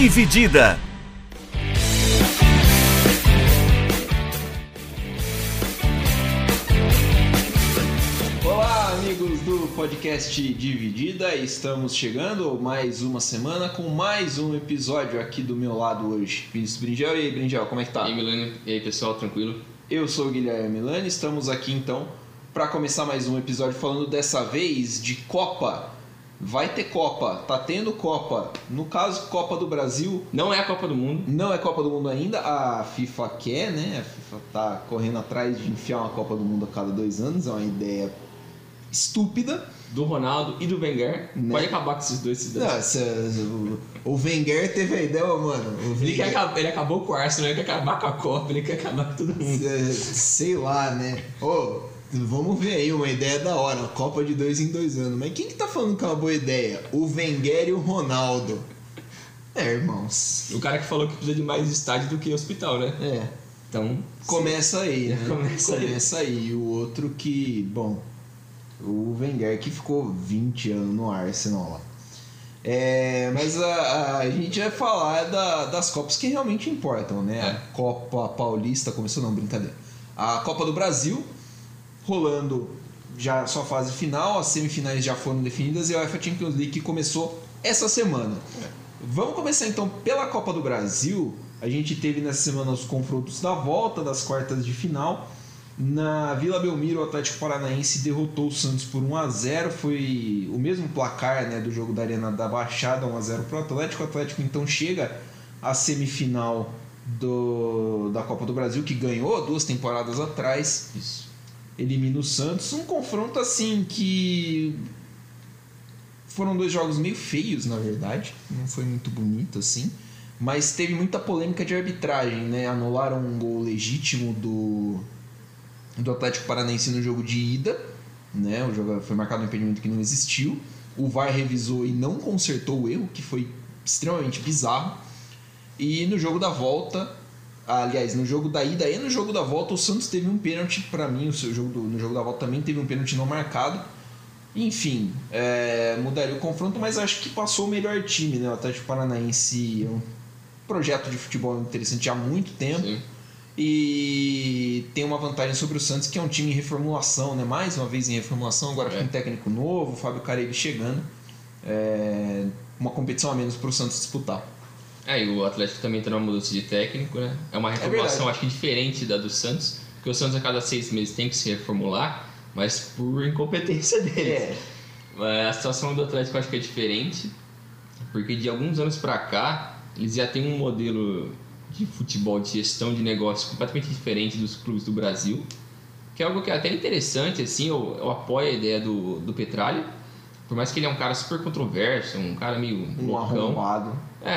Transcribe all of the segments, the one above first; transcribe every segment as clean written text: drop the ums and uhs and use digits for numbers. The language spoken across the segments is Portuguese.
Dividida. Olá, amigos do podcast Dividida. Estamos chegando mais uma semana com mais um episódio aqui do meu lado hoje. Vinícius Bringel. E aí, Bringel, como é que tá? E aí, Milani. E aí, pessoal, tranquilo? Eu sou o Guilherme Milani. Estamos aqui então para começar mais um episódio falando dessa vez de Copa. Vai ter Copa, tá tendo Copa. No caso, Copa do Brasil. Não é a Copa do Mundo. Não é Copa do Mundo ainda. A FIFA quer, né? A FIFA tá correndo atrás de enfiar uma Copa do Mundo a cada 2 anos. É uma ideia estúpida. Do Ronaldo e do Wenger. Né? Pode acabar com esses dois cidadãos. O Wenger teve a ideia, mano. Ele acabou com o Arsenal, ele quer acabar com a Copa, ele quer acabar com todo mundo. Sei lá, né? Vamos ver aí, uma ideia da hora, uma Copa de 2 em 2 anos. Mas quem que tá falando que é uma boa ideia? O Wenger e o Ronaldo. Irmãos. O cara que falou que precisa de mais estádio do que hospital, né? Então... Começa aí, né? Começa aí. E o outro que... Bom, o Wenger que ficou 20 anos no Arsenal lá. Mas a gente vai falar das Copas que realmente importam, né? A Copa Paulista começou, não, brincadeira. A Copa do Brasil... rolando já a sua fase final, as semifinais já foram definidas e a UEFA Champions League que começou essa semana. Vamos começar então pela Copa do Brasil. A gente teve nessa semana os confrontos da volta das quartas de final. Na Vila Belmiro, o Atlético Paranaense derrotou o Santos por 1-0. Foi o mesmo placar, né, do jogo da Arena da Baixada, 1-0 para o Atlético. O Atlético então chega à semifinal da Copa do Brasil, que ganhou 2 temporadas atrás. Isso. Elimina o Santos. Um confronto assim que foram 2 jogos meio feios, na verdade. Não foi muito bonito assim. Mas teve muita polêmica de arbitragem, né? Anularam um gol legítimo do Atlético Paranaense no jogo de ida, né? O jogo foi marcado um impedimento que não existiu. O VAR revisou e não consertou o erro, que foi extremamente bizarro. E no jogo da volta... Aliás, no jogo da ida e no jogo da volta, o Santos teve um pênalti, pra mim, no jogo da volta também teve um pênalti não marcado. Enfim, mudaria o confronto, mas acho que passou o melhor time, né? O Atlético Paranaense é um projeto de futebol interessante há muito tempo. Sim. E tem uma vantagem sobre o Santos, que é um time em reformulação, né? Mais uma vez em reformulação, agora com um técnico novo, o Fábio Carelli chegando. Uma competição a menos para o Santos disputar. E o Atlético também está numa mudança de técnico, né? É uma reformulação, acho que diferente da do Santos, porque o Santos a cada 6 meses tem que se reformular, mas por incompetência deles. A situação do Atlético eu acho que é diferente, porque de alguns anos para cá, eles já têm um modelo de futebol, de gestão de negócio completamente diferente dos clubes do Brasil, que é algo que é até interessante, assim, eu apoio a ideia do Petralha, por mais que ele é um cara super controverso, um cara meio loucão. Arrombado.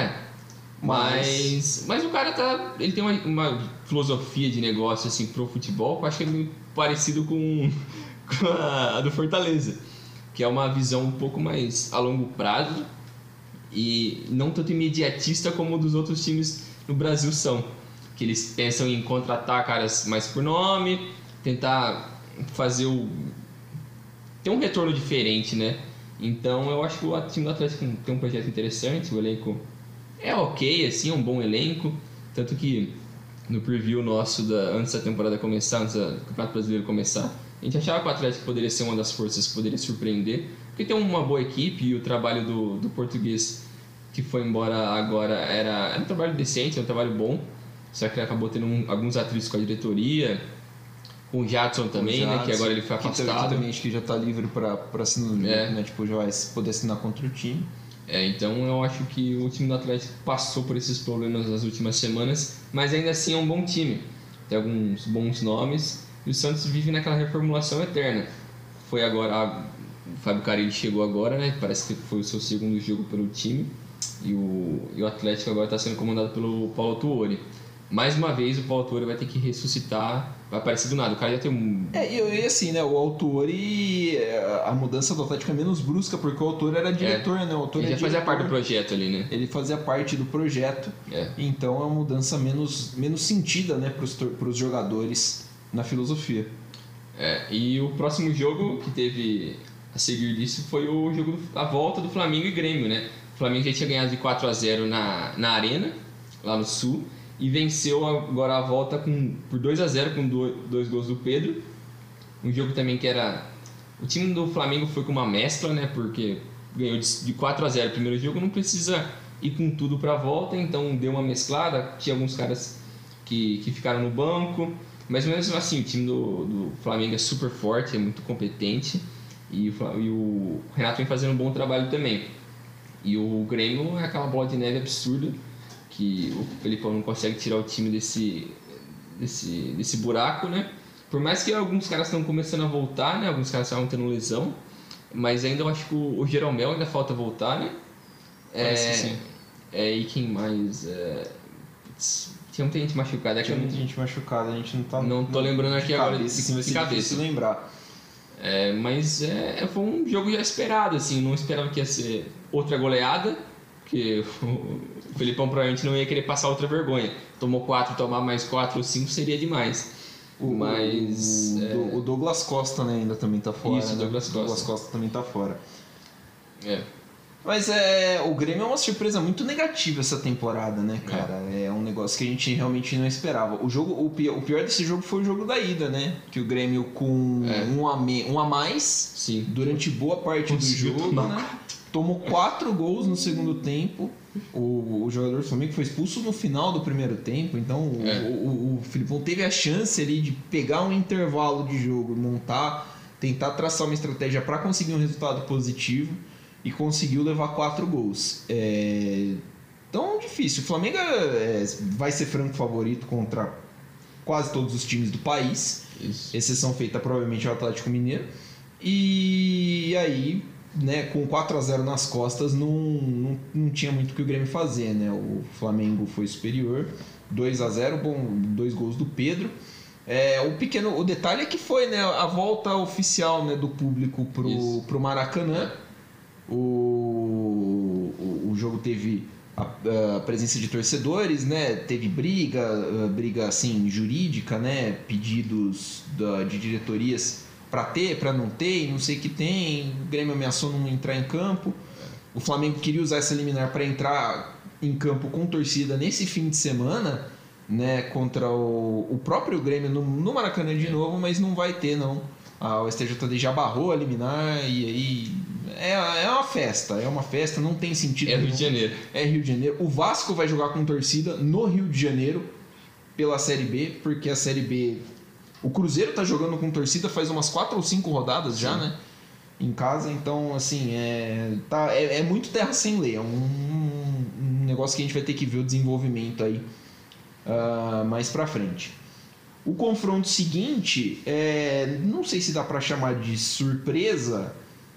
Mas o cara ele tem uma filosofia de negócio assim pro futebol que eu acho que é meio parecido com a do Fortaleza, que é uma visão um pouco mais a longo prazo e não tanto imediatista como dos outros times no Brasil são, que eles pensam em contratar caras mais por nome, tentar fazer ter um retorno diferente, né? Então eu acho que o time do Atlético tem um projeto interessante, o elenco é ok, assim, é um bom elenco. Tanto que no preview nosso antes da temporada começar, antes do Campeonato Brasileiro começar, a gente achava que o Atlético poderia ser uma das forças que poderia surpreender, porque tem uma boa equipe e o trabalho do português que foi embora agora era um trabalho decente, um trabalho bom, só que ele acabou tendo alguns atritos com a diretoria, com o Jadson também, né, que agora ele foi afastado. Que também acho que já está livre para assinar, né, tipo, já vai poder assinar contra o time. Então eu acho que o time do Atlético passou por esses problemas nas últimas semanas, mas ainda assim é um bom time. Tem alguns bons nomes e o Santos vive naquela reformulação eterna. Foi agora, o Fábio Carelli chegou agora, né? Parece que foi o seu segundo jogo pelo time e o Atlético agora está sendo comandado pelo Paulo Tuori. Mais uma vez o Paulo Tuori vai ter que ressuscitar, vai aparecer do nada, o cara já tem E assim, né, o Autori, a mudança do Atlético é menos brusca, porque o Autori era diretor, né, o Autori ele já fazia parte do projeto ali, né. Ele fazia parte do projeto, então é uma mudança menos sentida, né, para os jogadores na filosofia. E o próximo jogo que teve a seguir disso foi o jogo a volta do Flamengo e Grêmio, né. O Flamengo já tinha ganhado de 4-0 na Arena, lá no Sul, e venceu agora a volta por 2-0 com dois gols do Pedro. Um jogo também que era... O time do Flamengo foi com uma mescla, né? Porque ganhou de 4-0 o primeiro jogo, não precisa ir com tudo para a volta, então deu uma mesclada. Tinha alguns caras que ficaram no banco, mas mesmo assim o time do Flamengo é super forte, é muito competente, e o Renato vem fazendo um bom trabalho também. E o Grêmio é aquela bola de neve absurda, que o Felipão não consegue tirar o time desse buraco, né? Por mais que alguns caras estão começando a voltar, né? Alguns caras estavam tendo lesão, mas ainda eu acho que o Jeromel ainda falta voltar, né? Sim. E quem mais? Tinha muita gente machucada. Tinha muita gente machucada, a gente não tá... Não tô lembrando aqui agora vai ser difícil lembrar. Mas foi um jogo já esperado, assim, não esperava que ia ser outra goleada, porque o Felipão provavelmente não ia querer passar outra vergonha. Tomou 4, tomar mais 4 ou 5 seria demais. O Douglas Costa, né, ainda também tá fora. Isso, né? Douglas Costa também tá fora. Mas o Grêmio é uma surpresa muito negativa essa temporada, né, cara? É um negócio que a gente realmente não esperava. O pior desse jogo foi o jogo da ida, né? Que o Grêmio com um a mais, sim, durante boa parte do jogo, né? Tomou 4 gols no segundo tempo. O jogador do Flamengo foi expulso no final do primeiro tempo. Então o Filipão teve a chance ali de pegar um intervalo de jogo, tentar traçar uma estratégia para conseguir um resultado positivo. E conseguiu levar 4 gols. Tão difícil. O Flamengo vai ser franco favorito contra quase todos os times do país. Isso. Exceção feita provavelmente ao Atlético Mineiro. E aí, né, com 4-0 nas costas, não tinha muito o que o Grêmio fazer, né? O Flamengo foi superior. 2-0, 2 gols do Pedro. O detalhe é que foi, né, a volta oficial, né, do público pro Maracanã. O jogo teve a presença de torcedores, né? Teve briga assim, jurídica, né? Pedidos de diretorias para ter, para não ter, e não sei o que tem. O Grêmio ameaçou não entrar em campo. O Flamengo queria usar essa liminar para entrar em campo com torcida nesse fim de semana, né? Contra o próprio Grêmio no Maracanã de novo, mas não vai ter, não. O STJD já barrou a liminar e aí... É uma festa, não tem sentido. Rio de Janeiro. É Rio de Janeiro. O Vasco vai jogar com torcida no Rio de Janeiro pela Série B, porque a Série B... O Cruzeiro tá jogando com torcida faz umas 4 ou 5 rodadas já, né? Em casa, então, assim, é muito terra sem lei. É um negócio que a gente vai ter que ver o desenvolvimento aí mais pra frente. O confronto seguinte, não sei se dá pra chamar de surpresa...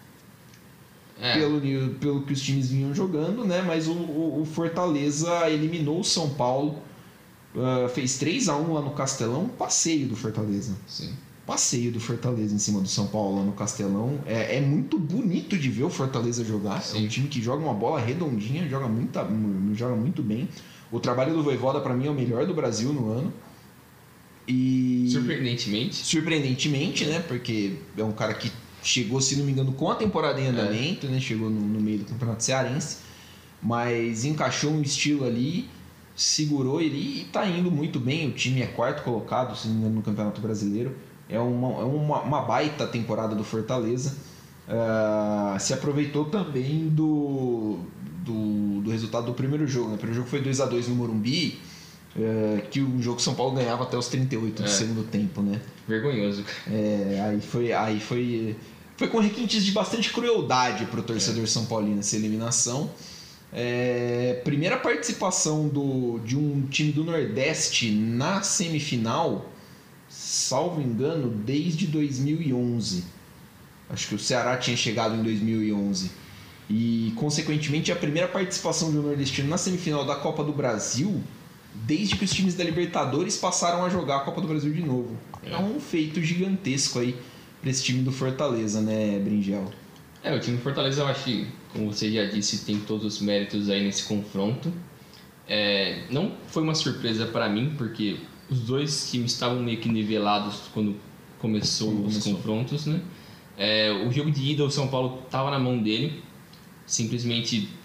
Pelo que os times vinham jogando, né? Mas o Fortaleza eliminou o São Paulo, fez 3-1 lá no Castelão, passeio do Fortaleza. Sim. Passeio do Fortaleza em cima do São Paulo lá no Castelão. É muito bonito de ver o Fortaleza jogar. Sim. É um time que joga uma bola redondinha, joga muito bem. O trabalho do Vojvoda, para mim, é o melhor do Brasil no ano. E... Surpreendentemente, né? Porque é um cara que chegou, se não me engano, com a temporada em andamento, né? Chegou no meio do Campeonato Cearense, mas encaixou um estilo ali, segurou ele e tá indo muito bem. O time é 4º colocado, se não me engano, no Campeonato Brasileiro. É uma baita temporada do Fortaleza. Se aproveitou também do resultado do primeiro jogo, né? O primeiro jogo foi 2-2 no Morumbi, que o jogo São Paulo ganhava até os 38 do segundo tempo, né? Vergonhoso. Aí foi com requintes de bastante crueldade pro torcedor São Paulino essa eliminação. Primeira participação de um time do Nordeste na semifinal, salvo engano, desde 2011. Acho que o Ceará tinha chegado em 2011. E, consequentemente, a primeira participação de um nordestino na semifinal da Copa do Brasil desde que os times da Libertadores passaram a jogar a Copa do Brasil de novo. É um feito gigantesco aí para esse time do Fortaleza, né, Bringel? O time do Fortaleza, eu acho que, como você já disse, tem todos os méritos aí nesse confronto. Não foi uma surpresa para mim, porque os dois times estavam meio que nivelados quando começou os confrontos, né? O jogo de ida, o São Paulo estava na mão dele, simplesmente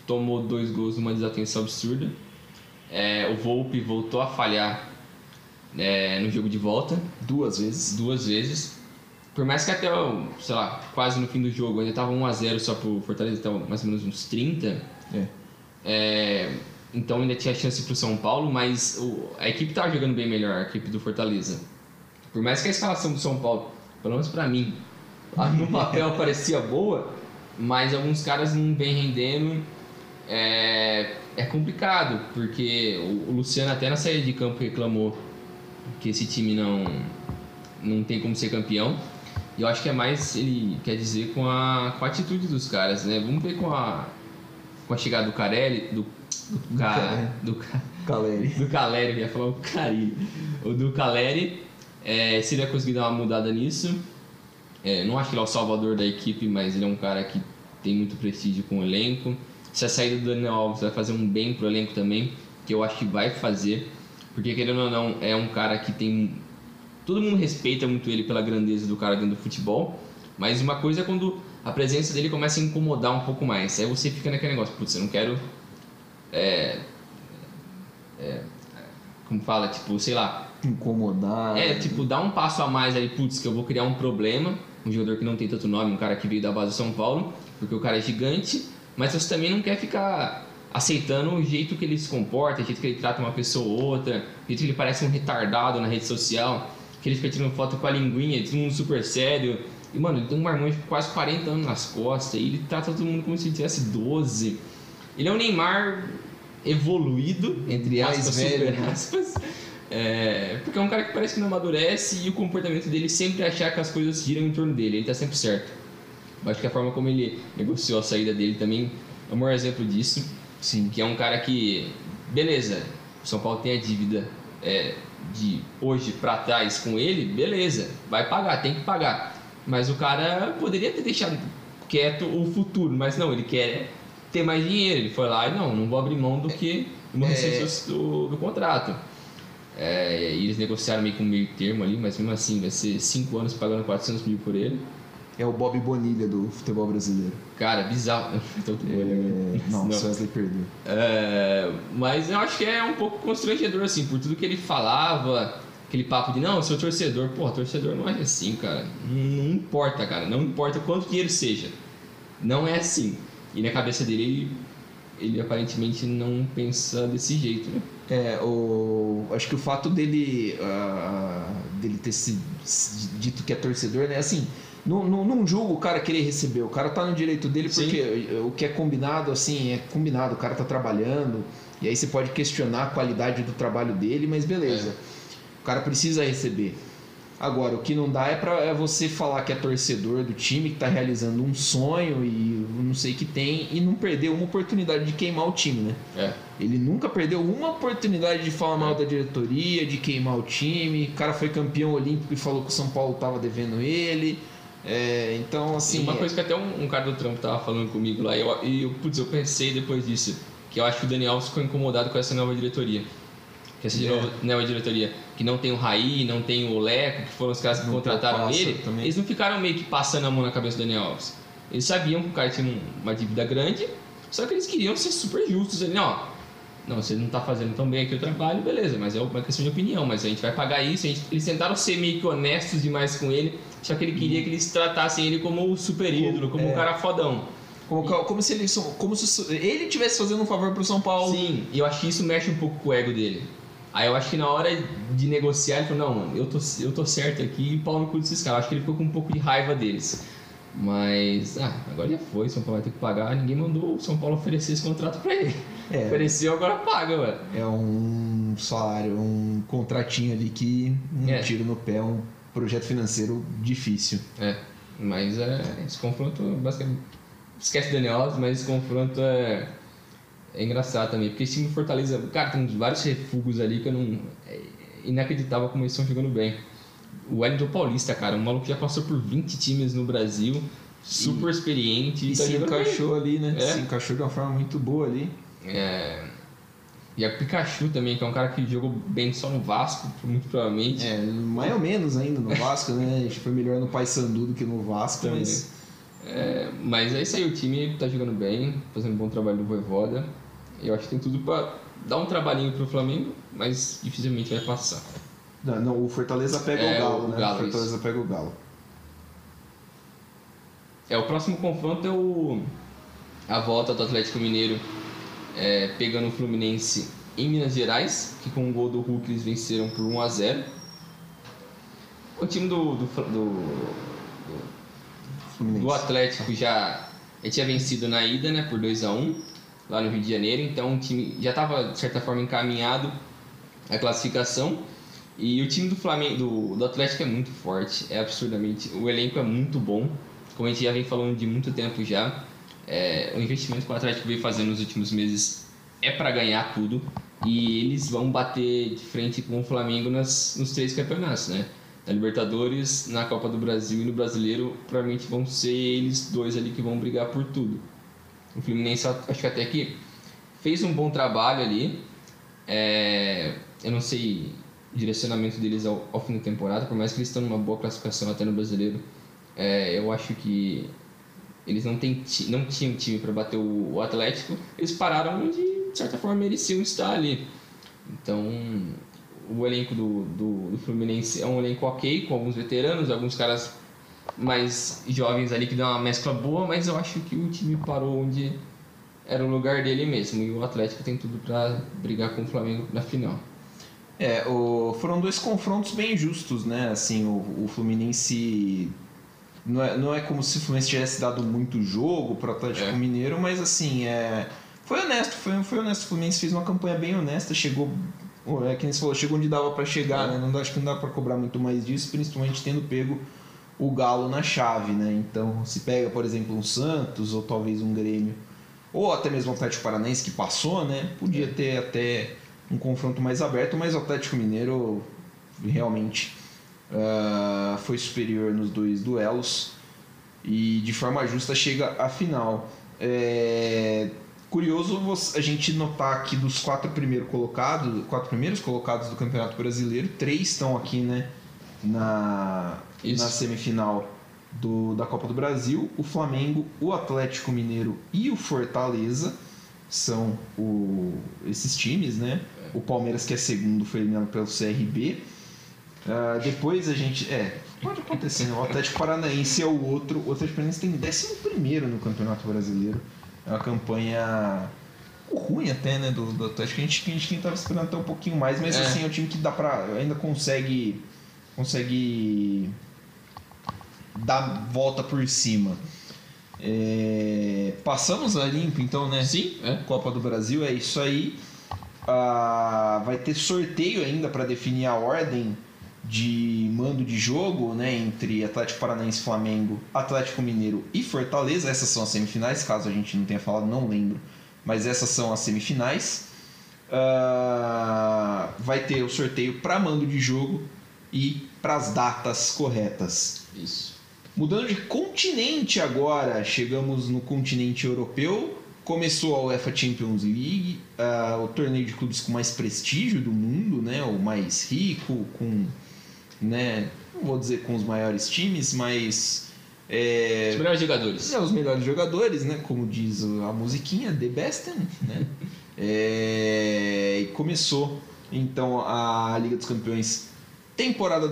tomou 2 gols numa desatenção absurda. O Volpi voltou a falhar no jogo de volta. 2 vezes. 2 vezes. Por mais que até, sei lá, quase no fim do jogo ainda tava 1-0 só pro Fortaleza, até mais ou menos uns 30. Então ainda tinha chance pro São Paulo, mas a equipe tava jogando bem melhor, a equipe do Fortaleza. Por mais que a escalação do São Paulo, pelo menos pra mim, no papel parecia boa, mas alguns caras não vem rendendo. É complicado, porque o Luciano até na saída de campo reclamou que esse time não tem como ser campeão. E eu acho que é mais, ele quer dizer, com a atitude dos caras, né? Vamos ver com a chegada do Carelli, do Caleri, ia falar o Carilli. O do Caleri, se ele vai conseguir dar uma mudada nisso. Não acho que ele é o salvador da equipe, mas ele é um cara que tem muito prestígio com o elenco. Se a saída do Daniel Alves vai fazer um bem pro elenco também, que eu acho que vai fazer, porque querendo ou não, é um cara que tem... Todo mundo respeita muito ele pela grandeza do cara dentro do futebol, mas uma coisa é quando a presença dele começa a incomodar um pouco mais. Aí você fica naquele negócio, putz, eu não quero... como fala, tipo, sei lá... Incomodar... tipo, dar um passo a mais aí, putz, que eu vou criar um problema. Um jogador que não tem tanto nome, um cara que veio da base do São Paulo, porque o cara é gigante, mas você também não quer ficar aceitando o jeito que ele se comporta, o jeito que ele trata uma pessoa ou outra, o jeito que ele parece um retardado na rede social, que ele fica tirando foto com a linguinha, todo mundo super sério. E, mano, ele tem um marmanjo de quase 40 anos nas costas, e ele trata todo mundo como se ele tivesse 12. Ele é um Neymar evoluído, entre aspas, super aspas. Porque é um cara que parece que não amadurece, e o comportamento dele sempre é achar que as coisas giram em torno dele, ele tá sempre certo. Eu acho que a forma como ele negociou a saída dele também é o maior exemplo disso. Sim. Que é um cara que, beleza, o São Paulo tem a dívida de hoje pra trás com ele, beleza, vai pagar, tem que pagar. Mas o cara poderia ter deixado quieto o futuro, mas não, ele quer ter mais dinheiro. Ele foi lá e não vou abrir mão do que uma receita do contrato. E eles negociaram meio que um meio termo ali, mas mesmo assim vai ser 5 anos pagando 400 mil por ele. É o Bob Bonilha do futebol brasileiro. Cara, bizarro. Nossa, Wesley perdeu. Mas eu acho que é um pouco constrangedor, assim, por tudo que ele falava, aquele papo de, não, eu sou torcedor. Porra, torcedor não é assim, cara. Não importa, cara. Não importa quanto dinheiro seja. Não é assim. E na cabeça dele, ele aparentemente não pensa desse jeito, né? Acho que o fato dele ter se dito que é torcedor, né? Assim, não julgo o cara querer receber. O cara tá no direito dele, porque o que é combinado, assim, é combinado. O cara tá trabalhando, e aí você pode questionar a qualidade do trabalho dele, mas beleza. O cara precisa receber. Agora, o que não dá é você falar que é torcedor do time, que tá realizando um sonho e não sei o que tem, e não perder uma oportunidade de queimar o time, né? Ele nunca perdeu uma oportunidade de falar mal da diretoria, de queimar o time. O cara foi campeão olímpico e falou que o São Paulo tava devendo ele. Então, assim... Uma coisa que até um cara do trampo tava falando comigo lá, eu pensei depois disso, que eu acho que o Daniel Alves ficou incomodado com essa nova diretoria. Que essa nova diretoria, que não tem o Raí, não tem o Leco, que foram os caras que contrataram ele, também. Eles não ficaram meio que passando a mão na cabeça do Daniel Alves. Eles sabiam que o cara tinha uma dívida grande, só que eles queriam ser super justos ali, não, você não tá fazendo tão bem aqui o trabalho, beleza, mas é uma questão de opinião, mas a gente vai pagar isso. Eles tentaram ser meio que honestos demais com ele, só que ele queria que eles tratassem ele como o super ídolo, como um cara fodão. Como se ele estivesse fazendo um favor pro São Paulo. Sim, e eu acho que isso mexe um pouco com o ego dele. Aí eu acho que na hora de negociar ele falou, não, mano, eu tô certo aqui e pau no cu desses caras. Eu acho que ele ficou com um pouco de raiva deles. Mas, agora já foi, São Paulo vai ter que pagar. Ninguém mandou o São Paulo oferecer esse contrato pra ele. Ofereceu, agora paga, mano. É um salário, um contratinho ali que tiro no pé, um projeto financeiro difícil. Mas esse confronto, basicamente, esquece o Daniel Alves, mas esse confronto é engraçado também, porque esse time do Fortaleza, cara, tem vários refugos ali que eu não... É inacreditável como eles estão jogando bem. O Wellington Paulista, cara, um maluco que já passou por 20 times no Brasil, super experiente. E se encaixou ali, né? Se encaixou de uma forma muito boa ali. E a Pikachu também, que é um cara que jogou bem só no Vasco, muito provavelmente. Mais ou menos ainda no Vasco, né? A gente foi melhor no Paysandu do que no Vasco, mas Mas é isso aí, o time tá jogando bem, fazendo um bom trabalho do Vojvoda. Eu acho que tem tudo pra dar um trabalhinho pro Flamengo, mas dificilmente vai passar. Não, o Fortaleza pega o Galo, né? Galo, O Fortaleza pega o Galo. O próximo confronto é a volta do Atlético Mineiro pegando o Fluminense em Minas Gerais, que com o gol do Hulk eles venceram por 1-0. O time do Atlético já tinha vencido na ida, né, por 2-1 lá no Rio de Janeiro, então o time já estava de certa forma encaminhado à classificação. E o time do Flamengo, do Atlético é muito forte, absurdamente, o elenco é muito bom, como a gente já vem falando de muito tempo já. O investimento que o Atlético veio fazendo nos últimos meses é para ganhar tudo, e eles vão bater de frente com o Flamengo nos 3 campeonatos, né? Na Libertadores, na Copa do Brasil e no Brasileiro, provavelmente vão ser eles dois ali que vão brigar por tudo. O Fluminense, acho que até que fez um bom trabalho ali. Eu não sei o direcionamento deles ao fim da temporada, por mais que eles estão numa boa classificação até no Brasileiro. Eu acho que eles não tinham time para bater o Atlético. Eles pararam onde, de certa forma, mereciam estar ali. Então, o elenco do Fluminense é um elenco ok, com alguns veteranos, alguns caras mais jovens ali que dão uma mescla boa, mas eu acho que o time parou onde era o lugar dele mesmo, e o Atlético tem tudo para brigar com o Flamengo na final. Foram 2 confrontos bem justos, né? Assim, o Fluminense não é como se o Fluminense tivesse dado muito jogo para o Atlético Mineiro, mas assim, foi honesto, foi honesto. O Fluminense fez uma campanha bem honesta, chegou, que nem você falou, chegou onde dava para chegar, né? Acho que não dá para cobrar muito mais disso, principalmente tendo pego o Galo na chave, né? Então, se pega, por exemplo, um Santos ou talvez um Grêmio, ou até mesmo o Atlético Paranaense que passou, né? Podia ter até um confronto mais aberto, mas o Atlético Mineiro realmente foi superior nos 2 duelos e de forma justa chega à final. Curioso a gente notar aqui dos 4 primeiros colocados do Campeonato Brasileiro, 3 estão aqui, né, na semifinal da Copa do Brasil. O Flamengo, o Atlético Mineiro e o Fortaleza são esses times, né? O Palmeiras, que é segundo, foi eliminado pelo CRB. Depois a gente... pode acontecer, né? O Atlético Paranaense é o outro. O Atlético Paranaense tem 11º no Campeonato Brasileiro. É uma campanha ruim até, né? Do Atlético. A gente estava esperando até um pouquinho mais, mas assim, é um time que dá pra... ainda consegue dar volta por cima. Passamos a limpo, então, né? Sim. Copa do Brasil, é isso aí. Vai ter sorteio ainda para definir a ordem de mando de jogo, né, entre Atlético Paranaense, Flamengo, Atlético Mineiro e Fortaleza. Essas são as semifinais, caso a gente não tenha falado, não lembro, mas essas são as semifinais. Vai ter o sorteio para mando de jogo e para as datas corretas. Isso. Mudando de continente agora, chegamos no continente europeu. Começou a UEFA Champions League, o torneio de clubes com mais prestígio do mundo, né? O mais rico, com, né? Não vou dizer com os maiores times, mas os melhores jogadores. Os melhores jogadores, né? Como diz a musiquinha, The Best, né? E começou então a Liga dos Campeões, temporada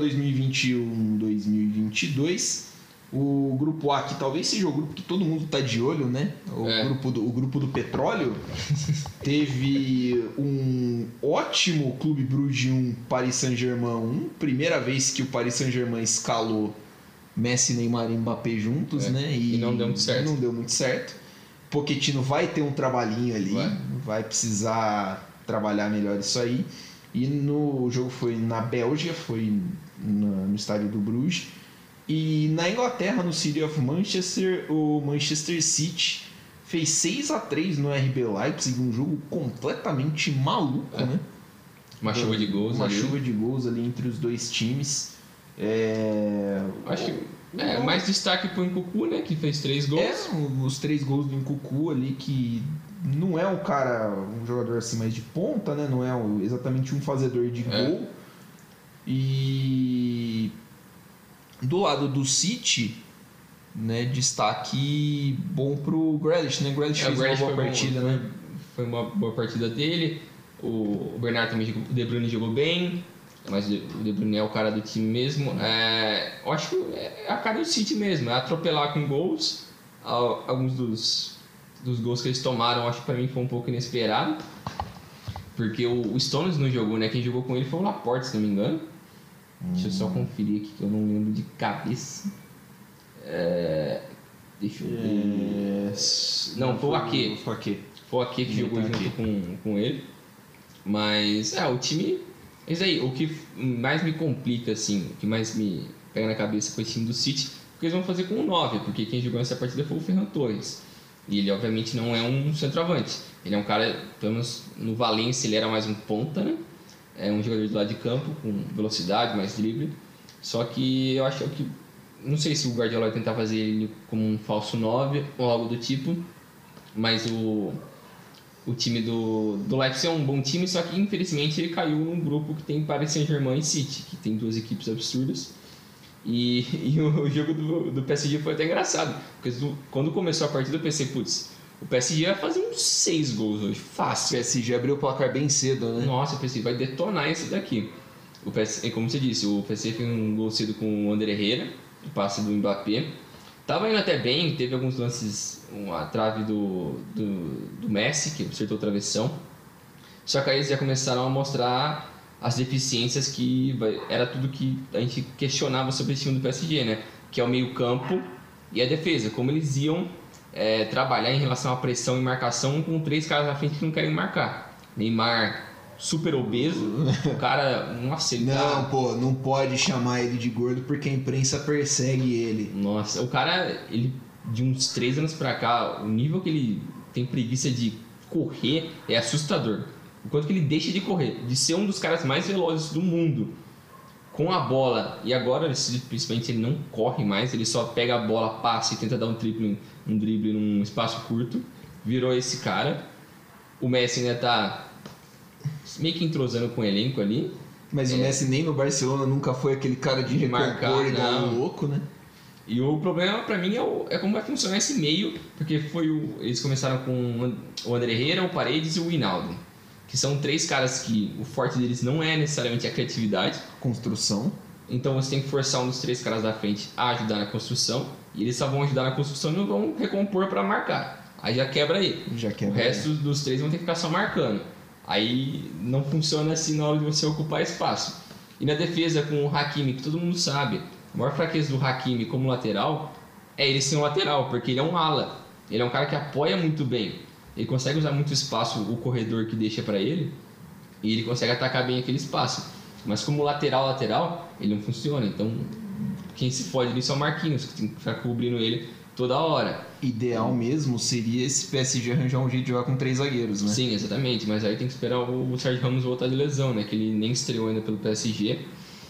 2021-2022. O grupo A, que talvez seja o grupo que todo mundo está de olho, né? O grupo do petróleo. Teve um ótimo Clube Bruges 1, Paris Saint-Germain 1. Primeira vez que o Paris Saint-Germain escalou Messi, Neymar e Mbappé juntos, né? E não deu muito certo. Não deu muito certo. Pochettino vai ter um trabalhinho ali. Vai precisar trabalhar melhor isso aí. E o jogo foi na Bélgica, foi no estádio do Bruges. E na Inglaterra, no City of Manchester, o Manchester City fez 6-3 no RB Leipzig, um jogo completamente maluco, né? Uma chuva de gols Uma chuva de gols ali entre os dois times. Acho que mais destaque pro Nkunku, né? Que fez 3 gols. Os 3 gols do Nkunku ali, que não é um jogador assim mais de ponta, né? Não é exatamente um fazedor de gol. E do lado do City, né, destaque bom pro Grealish, né? Grealish fez uma boa partida, né? Foi uma boa partida dele. O Bernardo também jogou, o De Bruyne jogou bem, mas o De Bruyne é o cara do time mesmo. Eu acho que é a cara do City mesmo, é atropelar com gols. Alguns dos gols que eles tomaram, acho que pra mim foi um pouco inesperado, porque o Stones não jogou, né? Quem jogou com ele foi o Laporte, se não me engano. Deixa eu só conferir aqui que eu não lembro de cabeça. Deixa eu ver. Não, foi o Ake. Foi o Ake que jogou junto com ele. Mas, o time... Isso aí, o que mais me complica, assim, o que mais me pega na cabeça com esse time do City, porque eles vão fazer com o 9, porque quem jogou nessa partida foi o Ferran Torres. E ele, obviamente, não é um centroavante. Ele é um cara, pelo menos no Valência, ele era mais um ponta, né? É um jogador do lado de campo, com velocidade, mais drible. Só que eu acho que... Não sei se o Guardiola vai tentar fazer ele como um falso 9 ou algo do tipo, mas o time do Leipzig é um bom time, só que infelizmente ele caiu num grupo que tem Paris Saint-Germain e City, que tem duas equipes absurdas. E o jogo do PSG foi até engraçado, porque quando começou a partida eu pensei, putz, o PSG vai fazer uns 6 gols hoje, fácil. O PSG abriu o placar bem cedo, né? Nossa, eu pensei, vai detonar esse daqui. Como você disse, o PSG fez um gol cedo com o Ander Herrera, o passe do Mbappé. Tava indo até bem, teve alguns lances, a trave do Messi, que acertou a travessão. Só que aí eles já começaram a mostrar as deficiências que era tudo que a gente questionava sobre o time do PSG, né? Que é o meio-campo e a defesa, como eles iam trabalhar em relação à pressão e marcação com 3 caras na frente que não querem marcar. Neymar, super obeso, o cara, nossa, ele não pode chamar ele de gordo porque a imprensa persegue ele. Nossa, o cara, ele de uns 3 anos pra cá, o nível que ele tem preguiça de correr é assustador. O quanto que ele deixa de correr, de ser um dos caras mais velozes do mundo com a bola, e agora principalmente ele não corre mais, ele só pega a bola, passa e tenta dar um drible num espaço curto. Virou esse cara. O Messi ainda tá meio que entrosando com o elenco ali. Mas o Messi nem no Barcelona nunca foi aquele cara de recompor igual louco, né? E o problema pra mim é como vai funcionar esse meio, porque eles começaram com o Ander Herrera, o Paredes e o Wijnaldum, que são 3 caras que o forte deles não é necessariamente a criatividade, construção. Então você tem que forçar um dos 3 caras da frente a ajudar na construção, e eles só vão ajudar na construção e não vão recompor pra marcar. Aí já quebra aí. O resto dos 3 vão ter que ficar só marcando. Aí não funciona assim na hora de você ocupar espaço. E na defesa com o Hakimi, que todo mundo sabe, a maior fraqueza do Hakimi como lateral é ele ser um lateral, porque ele é um ala. Ele é um cara que apoia muito bem. Ele consegue usar muito espaço, o corredor que deixa pra ele, e ele consegue atacar bem aquele espaço. Mas como lateral, ele não funciona. Então quem se fode nisso é o Marquinhos, que tem que ficar cobrindo ele toda hora. Ideal mesmo seria esse PSG arranjar um jeito de jogar com 3 zagueiros, né? Sim, exatamente, mas aí tem que esperar o Sérgio Ramos voltar de lesão, né? Que ele nem estreou ainda pelo PSG.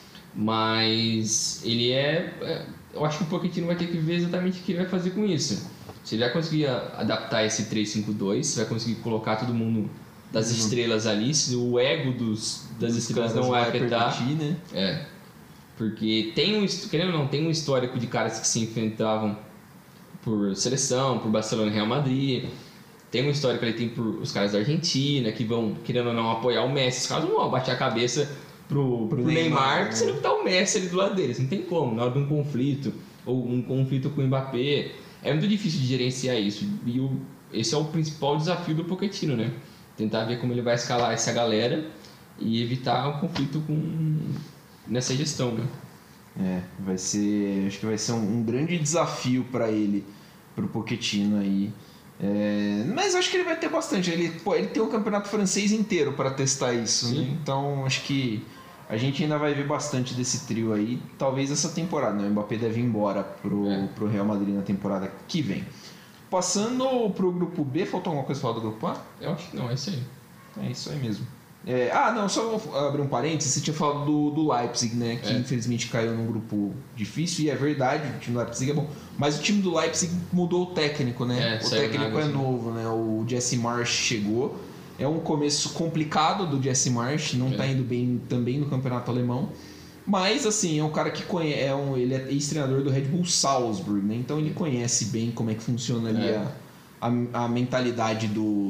Mas ele eu acho que o Pochettino vai ter que ver exatamente o que ele vai fazer com isso. Se ele vai conseguir adaptar esse 3-5-2, se vai conseguir colocar todo mundo das estrelas ali, se o ego das estrelas não vai afetar. Permitir, né? Porque querendo ou não, tem um histórico de caras que se enfrentavam por seleção, por Barcelona e Real Madrid. Tem um histórico ali, tem por os caras da Argentina que vão, querendo ou não, apoiar o Messi. Os caras não vão bater a cabeça pro Neymar, porque você não tá o Messi ali do lado deles. Não tem como, na hora de um conflito, ou um conflito com o Mbappé. É muito difícil de gerenciar isso. E esse é o principal desafio do Pochettino, né? Tentar ver como ele vai escalar essa galera e evitar o conflito nessa gestão, né? Acho que vai ser um grande desafio para ele, pro Pochettino aí. Mas acho que ele vai ter bastante. Ele tem o campeonato francês inteiro para testar isso, né? Então acho que a gente ainda vai ver bastante desse trio aí. Talvez essa temporada, né? O Mbappé deve ir embora pro Real Madrid na temporada que vem. Passando pro grupo B, faltou alguma coisa pra falar do grupo A? Eu acho que não, é isso aí. É isso aí mesmo. Só vou abrir um parênteses. Você tinha falado do Leipzig, né? Que infelizmente caiu num grupo difícil. E é verdade, o time do Leipzig é bom. Mas o time do Leipzig mudou o técnico, né? O técnico é novo, né? O Jesse Marsch chegou. É um começo complicado do Jesse Marsch. Não tá indo bem também no campeonato alemão. Mas, assim, é um cara que conhece, ele é ex-treinador do Red Bull Salzburg, né? Então ele conhece bem como é que funciona ali a mentalidade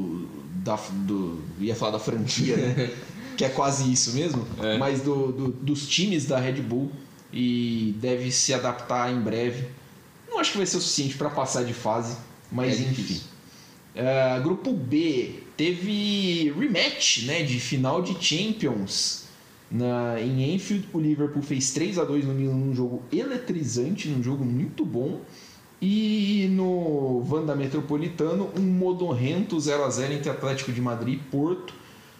ia falar da franquia, né? Que é quase isso mesmo, mas dos times da Red Bull, e deve se adaptar em breve. Não acho que vai ser o suficiente para passar de fase, mas enfim. Grupo B teve rematch, né, de final de Champions em Anfield. O Liverpool fez 3-2 no Milan num jogo eletrizante, num jogo muito bom. E no Wanda Metropolitano, um modorrento 0-0 entre Atlético de Madrid e Porto.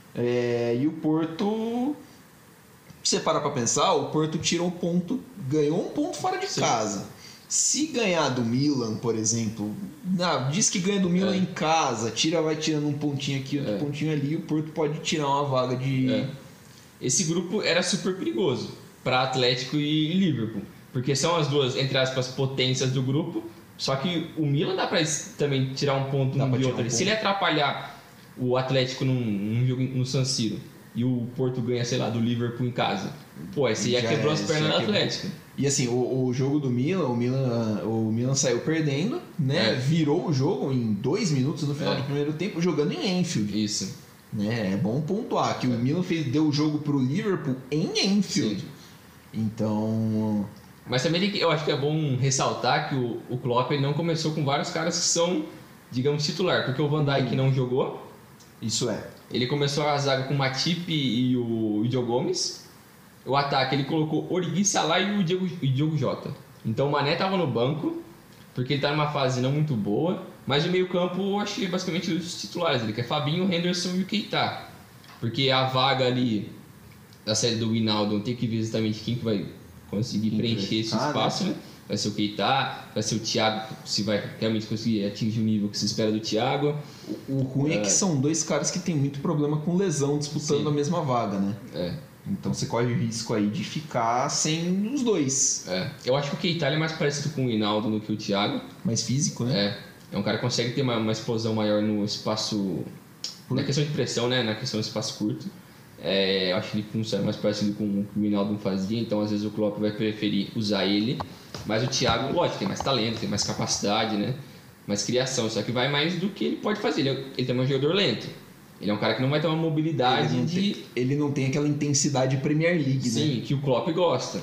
E o Porto, se você parar para pensar, o Porto tirou um ponto, ganhou um ponto fora de casa. Se ganhar do Milan, por exemplo, diz que ganha do Milan em casa, vai tirando um pontinho aqui, outro pontinho ali, o Porto pode tirar uma vaga de... Esse grupo era super perigoso para Atlético e Liverpool, porque são as duas, entre aspas, potências do grupo, só que o Milan dá para também tirar um ponto no de outro. Se ele atrapalhar o Atlético num jogo no San Siro e o Porto ganha, sei lá, do Liverpool em casa, esse já quebrou as pernas do Atlético. E assim, o jogo do Milan, o Milan saiu perdendo, né? Virou o jogo em 2 minutos no final do primeiro tempo, jogando em Anfield. Isso. Né? É bom pontuar que o Milan deu o jogo pro Liverpool em Anfield. Sim. Então... Mas também eu acho que é bom ressaltar que o Klopp ele não começou com vários caras que são, digamos, titular, porque o Van Dijk não jogou. Isso é. Ele começou a zaga com o Matip e o Joe Gomes. O ataque ele colocou Origi, Salah e o Diogo Jota. Então o Mané estava no banco, porque ele está numa fase não muito boa. Mas o meio campo eu achei basicamente os titulares. Ele quer Fabinho, Henderson e o Keita. Porque a vaga ali da série do Wijnaldum tem que ver exatamente quem que vai conseguir preencher esse espaço, né? Vai ser o Keita, vai ser o Thiago, se vai realmente conseguir atingir o nível que se espera do Thiago. O ruim é que são dois caras que tem muito problema com lesão disputando a mesma vaga, né? Então você corre o risco aí de ficar sem os dois. Eu acho que o Keita é mais parecido com o Wijnaldum do que o Thiago. Mais físico, né? É um cara que consegue ter uma explosão maior no espaço... Na questão de pressão, né? Na questão do espaço curto. Eu acho que ele funciona mais parecido com o que o Wijnaldum fazia. Então, às vezes, o Klopp vai preferir usar ele. Mas o Thiago, lógico, tem mais talento, tem mais capacidade, né? Mais criação. Só que vai mais do que ele pode fazer. Ele também é um jogador lento. Ele é um cara que não vai ter uma mobilidade ele não tem aquela intensidade Premier League, né? Sim, que o Klopp gosta.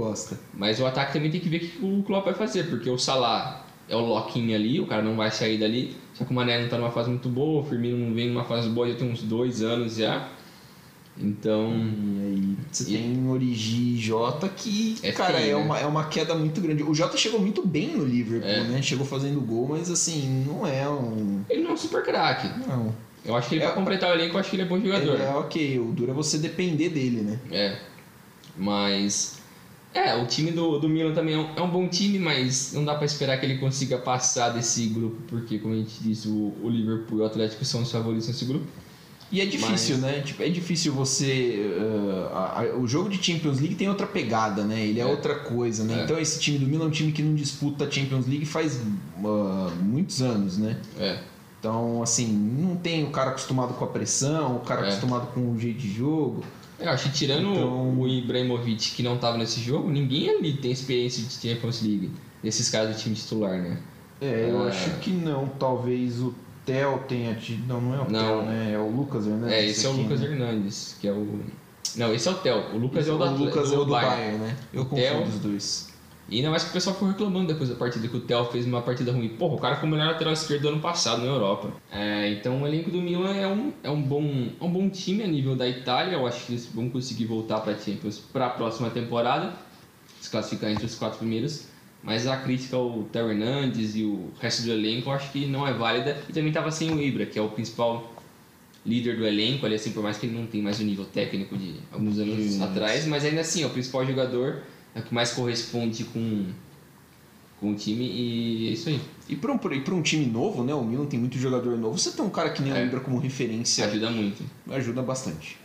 Mas o ataque também tem que ver o que o Klopp vai fazer. Porque o Salah... é o lock-in ali, o cara não vai sair dali. Só que o Mané não tá numa fase muito boa, o Firmino não vem numa fase boa, já tem uns 2 anos já. Então... E aí você tem Origi e Jota que, cara, é uma queda muito grande. O Jota chegou muito bem no Liverpool, né? Chegou fazendo gol, mas assim, não é um... Ele não é um super craque. Não. Eu acho que ele, pra completar o elenco, eu acho que ele é bom jogador. Ok, o duro é você depender dele, né? Mas... o time do Milan também é um bom time, mas não dá pra esperar que ele consiga passar desse grupo, porque, como a gente disse, o Liverpool e o Atlético são os favoritos nesse grupo. E é difícil, né? Tipo, é difícil você... o jogo de Champions League tem outra pegada, né? Ele é outra coisa, né? Então esse time do Milan é um time que não disputa a Champions League faz muitos anos, né? Então, assim, não tem o cara acostumado com a pressão, o cara acostumado com o jeito de jogo... Eu acho que tirando o Ibrahimovic, que não estava nesse jogo, ninguém ali tem experiência de Champions League, desses caras do time titular, né? Eu acho que não. Talvez o Theo tenha tido... Não é o Theo, né? É o Lucas Hernandes. Esse é o Lucas Hernandes, que é o... Não, esse é o Theo. O Lucas é o do Bayern, né? Eu confundo os dois. E ainda mais que o pessoal ficou reclamando depois da partida, que o Theo fez uma partida ruim. Porra, o cara foi o melhor lateral esquerdo do ano passado na Europa. Então o elenco do Milan é um bom time a nível da Itália. Eu acho que eles vão conseguir voltar para a Champions para a próxima temporada, se classificar entre os 4 primeiros. Mas a crítica ao Theo Hernandes e o resto do elenco eu acho que não é válida. E também estava sem o Ibra, que é o principal líder do elenco, ali, assim, por mais que ele não tenha mais o nível técnico de alguns anos atrás, mas ainda assim é o principal jogador, é o que mais corresponde com o time, e é isso aí. E para um time novo, né? O Milan tem muito jogador novo. Você tem um cara que nem lembra como referência. Ajuda muito. Ajuda bastante.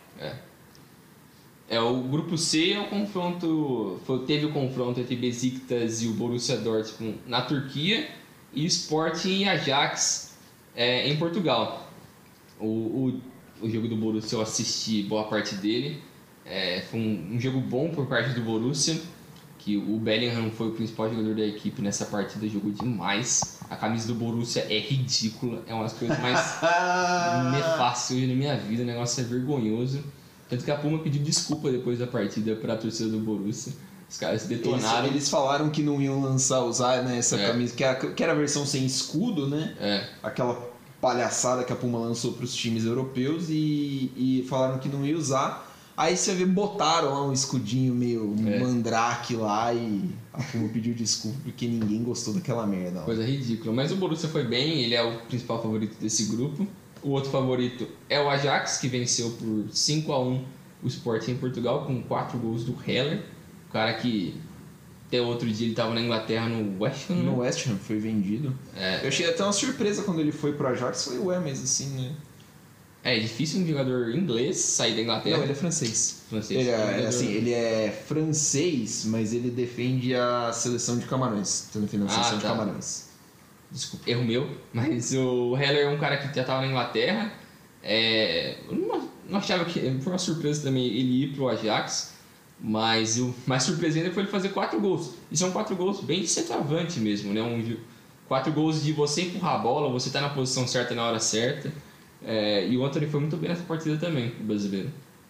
O grupo C teve o confronto entre Besiktas e o Borussia Dortmund na Turquia e Sporting e Ajax em Portugal. O jogo do Borussia eu assisti boa parte dele. Foi um jogo bom por parte do Borussia, que o Bellingham foi o principal jogador da equipe nessa partida, jogou demais. A camisa do Borussia é ridícula, é uma das coisas mais nefastas hoje na minha vida, o negócio é vergonhoso. Tanto que a Puma pediu desculpa depois da partida para a torcida do Borussia. Os caras se detonaram. Eles falaram que não iam usar né, essa camisa, que era a versão sem escudo, né? Aquela palhaçada que a Puma lançou para os times europeus e falaram que não ia usar. Aí você vê, botaram lá um escudinho meio mandrake lá e a Puma pediu desculpa porque ninguém gostou daquela merda. Ó. Coisa ridícula. Mas o Borussia foi bem, ele é o principal favorito desse grupo. O outro favorito é o Ajax, que venceu por 5-1 o Sporting em Portugal com 4 gols do Heller. O cara que até outro dia ele estava na Inglaterra no West Ham. No West Ham, foi vendido. Eu achei até uma surpresa quando ele foi pro Ajax. Falei, ué, mas assim, né? É difícil um jogador inglês sair da Inglaterra. Não, ele é francês. Ele é francês, mas ele defende a seleção de Camarões. Tá defendendo a seleção de Camarões. Desculpa, erro meu. Mas o Heller é um cara que já estava na Inglaterra. Eu não achava que... Foi uma surpresa também ele ir pro Ajax. Mas o mais surpreendente foi ele fazer 4 gols. E são 4 gols bem de centroavante mesmo, né? 4 gols de você empurrar a bola, você tá na posição certa na hora certa. E o Antony foi muito bem nessa partida também, o brasileiro.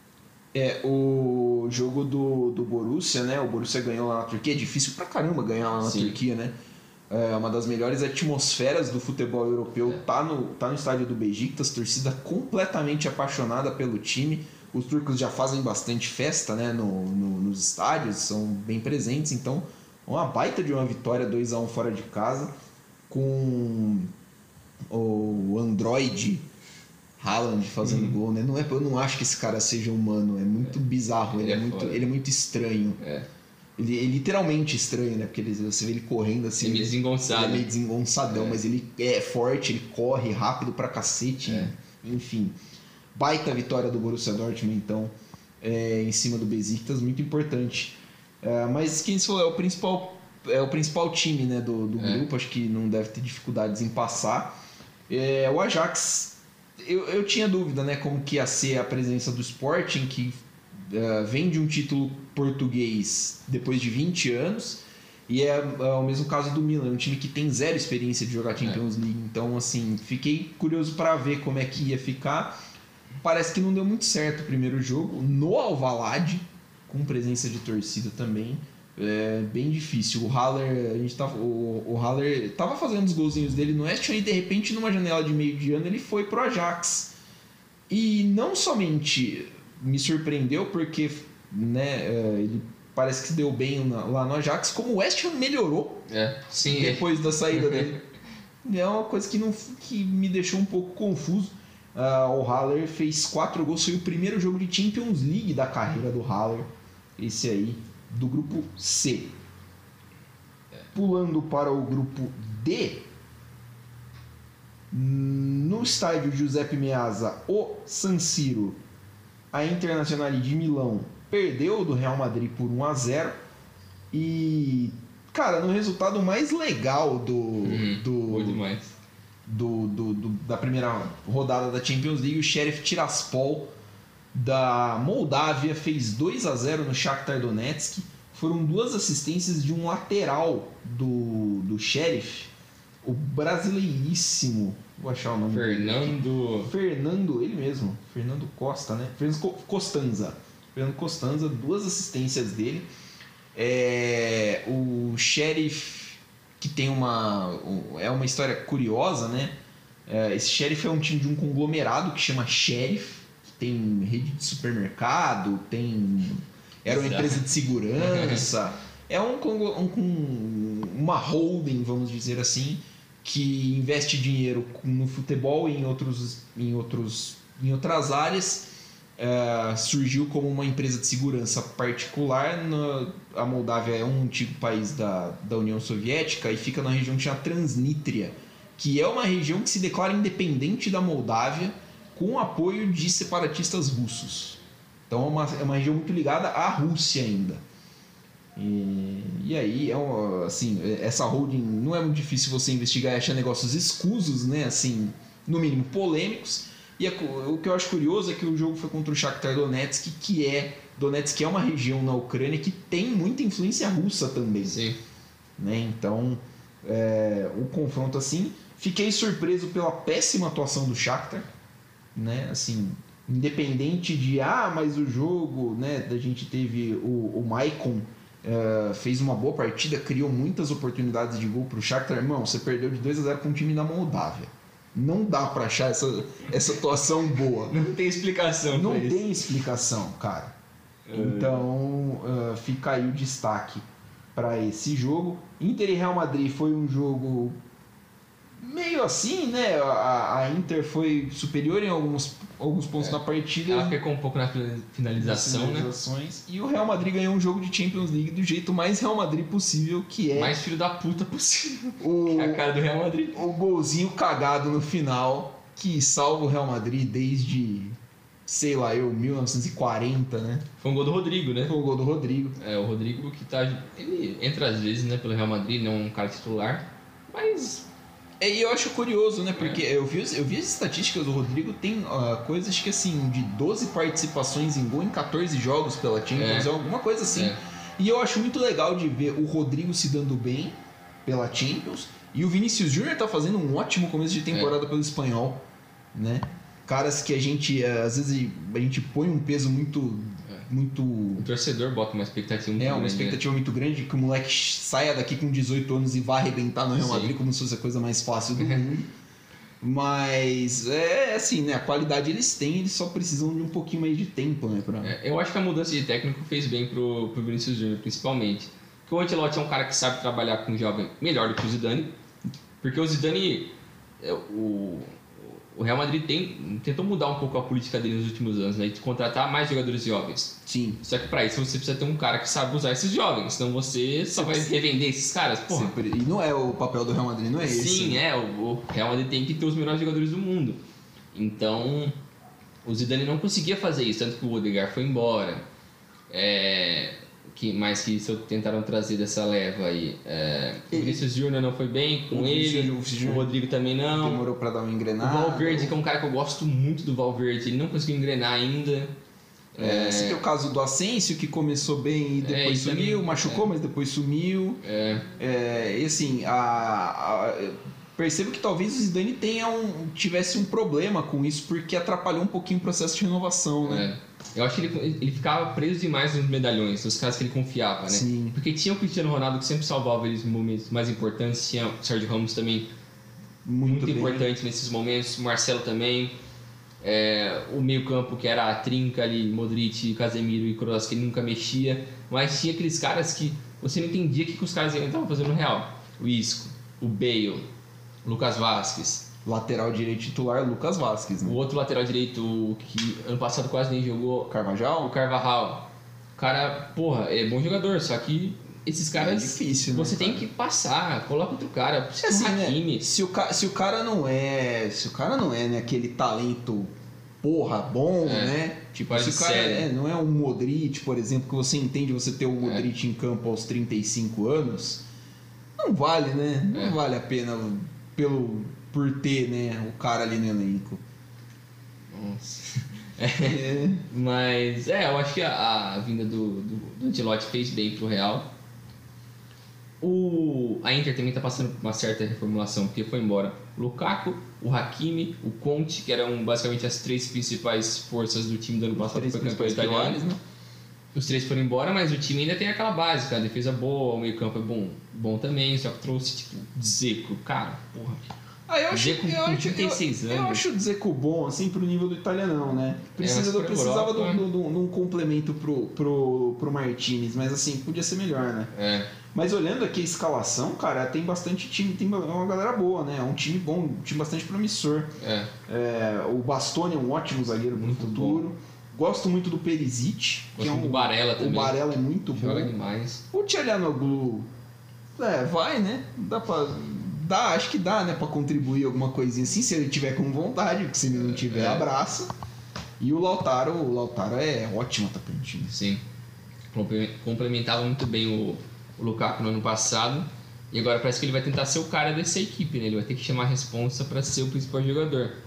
O jogo do Borussia, né? O Borussia ganhou lá na Turquia. É difícil pra caramba ganhar lá na Turquia, né? É uma das melhores atmosferas do futebol europeu. Tá no estádio do Beşiktaş, torcida completamente apaixonada pelo time. Os turcos já fazem bastante festa, né? Nos estádios, são bem presentes. Então, uma baita de uma vitória 2-1 fora de casa, com o Android Haaland fazendo gol, né? Eu não acho que esse cara seja humano, é muito bizarro, ele é muito estranho. Ele é literalmente estranho, né? Porque você vê ele correndo assim. Ele é meio desengonçadão, mas ele é forte, ele corre rápido pra cacete, enfim. Baita vitória do Borussia Dortmund, então, em cima do Beşiktaş, muito importante. Mas quem se falou, é o principal time, né, do grupo, acho que não deve ter dificuldades em passar. O Ajax, eu tinha dúvida, né, como que ia ser a presença do Sporting, que vem de um título português depois de 20 anos, e é o mesmo caso do Milan, um time que tem zero experiência de jogar Champions League. Então, assim, fiquei curioso para ver como é que ia ficar. Parece que não deu muito certo o primeiro jogo no Alvalade, com presença de torcida também. Bem difícil. O Haller estava fazendo os golzinhos dele no West Ham e de repente numa janela de meio de ano ele foi pro Ajax. E não somente me surpreendeu porque, né, ele parece que se deu bem lá no Ajax, como o West Ham melhorou depois da saída dele. É uma coisa que me deixou um pouco confuso. O Haller fez 4 gols, foi o primeiro jogo de Champions League da carreira do Haller, esse aí, do grupo C. Pulando para o grupo D, no estádio Giuseppe Meazza, o San Siro, a Internazionale de Milão perdeu do Real Madrid por 1-0 e, cara, no resultado mais legal da primeira rodada da Champions League, o Sheriff Tiraspol da Moldávia fez 2-0 no Shakhtar Donetsk. Foram 2 assistências de um lateral do Sheriff, o brasileiríssimo, vou achar o nome dele. Fernando, ele mesmo, Fernando Costa, né? Fernando Costanza, 2 assistências dele. O Sheriff, que tem uma história curiosa, né? Esse Sheriff é um time de um conglomerado que chama Sheriff, que tem rede de supermercado, era uma empresa de segurança, uma holding, vamos dizer assim, que investe dinheiro no futebol e em outras áreas. Surgiu como uma empresa de segurança particular. A Moldávia é um antigo país da União Soviética e fica na região que chama Transnistria, que é uma região que se declara independente da Moldávia com o apoio de separatistas russos. Então é uma região muito ligada à Rússia ainda. E aí, assim, essa holding não é muito difícil você investigar e achar negócios escusos, né? Assim, no mínimo polêmicos. E o que eu acho curioso é que o jogo foi contra o Shakhtar Donetsk, Donetsk é uma região na Ucrânia que tem muita influência russa também. Sim. Né? Então, o confronto assim, fiquei surpreso pela péssima atuação do Shakhtar, né? Assim, independente de mas o jogo, né, a gente teve o Maicon fez uma boa partida, criou muitas oportunidades de gol pro Shakhtar. Irmão, você perdeu de 2-0 com um time da Moldávia. Não dá pra achar essa atuação boa. Não tem explicação. Não tem explicação, cara. Então, fica aí o destaque para esse jogo. Inter e Real Madrid foi um jogo meio assim, né? A Inter foi superior em alguns pontos na partida. Ela pecou um pouco na finalização, né? E o Real Madrid ganhou um jogo de Champions League do jeito mais Real Madrid possível, que é... mais filho da puta possível. Que é a cara do Real Madrid. O golzinho cagado no final, que salva o Real Madrid desde... sei lá, 1940, né? Foi um gol do Rodrigo, né? Foi um gol do Rodrigo. O Rodrigo que ele entra às vezes, né, pelo Real Madrid, não é um cara titular, mas... E eu acho curioso, né? Porque eu vi as estatísticas do Rodrigo, tem coisas que, assim, de 12 participações em gol em 14 jogos pela Champions, alguma coisa assim. E eu acho muito legal de ver o Rodrigo se dando bem pela Champions, e o Vinícius Júnior tá fazendo um ótimo começo de temporada pelo Espanhol, né? Caras que a gente, às vezes, a gente põe um peso muito... O torcedor bota uma expectativa muito grande. Uma expectativa muito grande, que o moleque saia daqui com 18 anos e vá arrebentar no Real Madrid como se fosse a coisa mais fácil do mundo. Mas, assim, né? A qualidade eles têm, eles só precisam de um pouquinho mais de tempo, né? Eu acho que a mudança de técnico fez bem pro Vinícius Júnior, principalmente. Porque o Ancelotti é um cara que sabe trabalhar com um jovem melhor do que o Zidane. Porque o Zidane... O Real Madrid tentou mudar um pouco a política dele nos últimos anos, né? De contratar mais jogadores jovens. Sim. Só que para isso você precisa ter um cara que sabe usar esses jovens, senão você só vai revender esses caras, porra. E não é o papel do Real Madrid, não é esse. Sim, o Real Madrid tem que ter os melhores jogadores do mundo. Então, o Zidane não conseguia fazer isso, tanto que o Odegaard foi embora. Que tentaram trazer dessa leva aí. O Vinícius Júnior não foi bem com ele, o Rodrigo também não. Demorou pra dar uma engrenada. O Valverde, que é um cara que eu gosto muito do Valverde, ele não conseguiu engrenar ainda. Esse que é o caso do Asensio, que começou bem e depois sumiu, também, machucou, mas depois sumiu. E assim, percebo que talvez o Zidane tivesse um problema com isso, porque atrapalhou um pouquinho o processo de renovação, né? Eu acho que ele ficava preso demais nos medalhões, nos caras que ele confiava, né? Sim. Porque tinha o Cristiano Ronaldo, que sempre salvava eles em momentos mais importantes, tinha o Sérgio Ramos também, muito importante nesses momentos, o Marcelo também, o meio campo que era a trinca ali, Modric, Casemiro e Kroos, que ele nunca mexia, mas tinha aqueles caras que você não entendia o que os caras estavam fazendo no Real. O Isco, o Bale, o Lucas Vázquez. Lateral direito titular, Lucas Vázquez, né? O outro lateral direito que ano passado quase nem jogou, Carvajal? O Carvajal. O cara, porra, é bom jogador, só que esses caras... É difícil, né? Você tem que passar, coloca outro cara. Assim, né? Se o cara não é, né, aquele talento porra bom, né? Tipo, se o cara não é um Modric, por exemplo, que você entende você ter o Modric em campo aos 35 anos, não vale, né? Não vale a pena por ter, né, o cara ali no elenco. Nossa. Mas, eu acho que a vinda do Ancelotti fez bem pro Real. A Inter também tá passando por uma certa reformulação, porque foi embora o Lukaku, o Hakimi, o Conte, que eram basicamente as três principais forças do time do ano passado, que foi campeão italiano, né? Os três foram embora, mas o time ainda tem aquela básica, a defesa boa, o meio campo é bom também, só que trouxe tipo Dzeko, cara, porra. Eu acho o Dzeko bom, assim, pro nível do italianão, né? Precisava de um complemento pro Martinez, mas assim, podia ser melhor, né? Mas olhando aqui a escalação, cara, tem bastante time, tem uma galera boa, né? É um time bom, um time bastante promissor. O Bastoni é um ótimo zagueiro pro futuro. Bom. Gosto muito do Perisic, que do Barella também. O Barella é muito bom. Joga demais. O Çalhanoğlu, vai, né? Acho que dá, né, pra contribuir alguma coisinha assim, se ele tiver com vontade, porque se ele não tiver, abraça. E o Lautaro é ótimo atacante. Sim. Complementava muito bem o Lukaku no ano passado. E agora parece que ele vai tentar ser o cara dessa equipe, né? Ele vai ter que chamar a responsa para ser o principal jogador.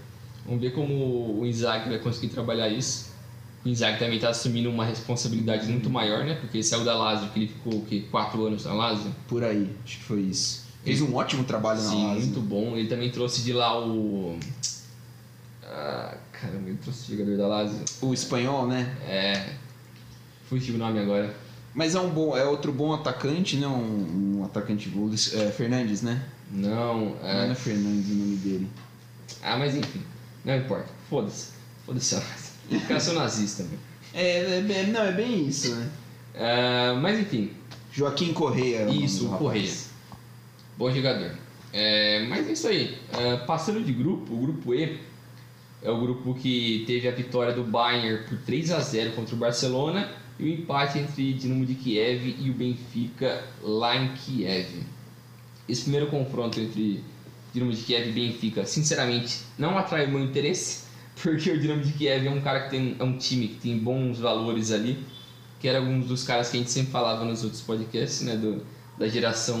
Vamos ver como o Inzaghi vai conseguir trabalhar isso. O Inzaghi também está assumindo uma responsabilidade muito maior, né? Porque ele saiu da Lazio, que ele ficou o quê? 4 anos na Lazio? Por aí, acho que foi isso. Fez um ótimo trabalho na Sim, Lazio. muito bom. Ele também trouxe de lá o... caramba, ele trouxe o jogador da Lazio. O espanhol, né? Fugiu o nome agora. Mas é outro bom atacante, né? Um atacante Fernandes, né? Não, Não é Fernandes o nome dele. mas enfim, não importa. Foda-se a Lazio. Os caras são nazistas também. Não, é bem isso, né? Mas enfim. Joaquim Correia. Isso, o Correia. Bom jogador. Mas é isso aí. Passando de grupo, o grupo E é o grupo que teve a vitória do Bayern por 3-0 contra o Barcelona e o empate entre Dinamo de Kiev e o Benfica lá em Kiev. Esse primeiro confronto entre Dinamo de Kiev e Benfica, sinceramente, não atrai o meu interesse, porque o Dinamo de Kiev é um time que tem bons valores ali, que era um dos caras que a gente sempre falava nos outros podcasts, né, da geração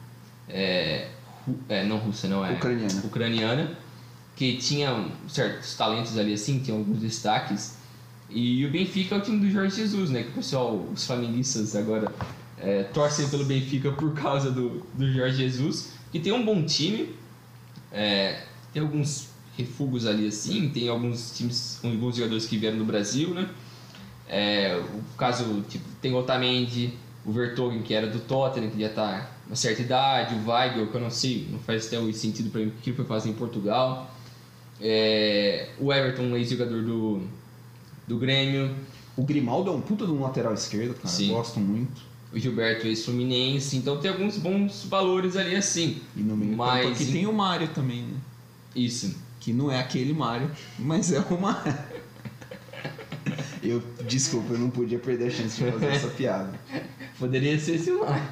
não russa, não é ucraniana, que tinha certos talentos ali assim, tinha alguns destaques. E o Benfica é o time do Jorge Jesus, né, que o pessoal, os flamenguistas agora torcem pelo Benfica por causa do Jorge Jesus, que tem um bom time, tem alguns refugos ali assim, tem alguns jogadores que vieram do Brasil, né? O caso, tipo, tem o Otamendi, o Vertonghen, que era do Tottenham, que já está uma certa idade, o Weigl, que eu não sei, não faz até sentido para mim o que ele foi fazer em Portugal, o Everton, um ex-jogador do Grêmio. O Grimaldo é um puta de um lateral esquerdo, cara. Sim. Gosto muito. O Gilberto, ex-Fluminense, então tem alguns bons valores ali assim. E no meio campo aqui tem o Mário também, né? Isso. Que não é aquele Mário, mas é o Mário. Desculpa, eu não podia perder a chance de fazer essa piada. Poderia ser esse Mário.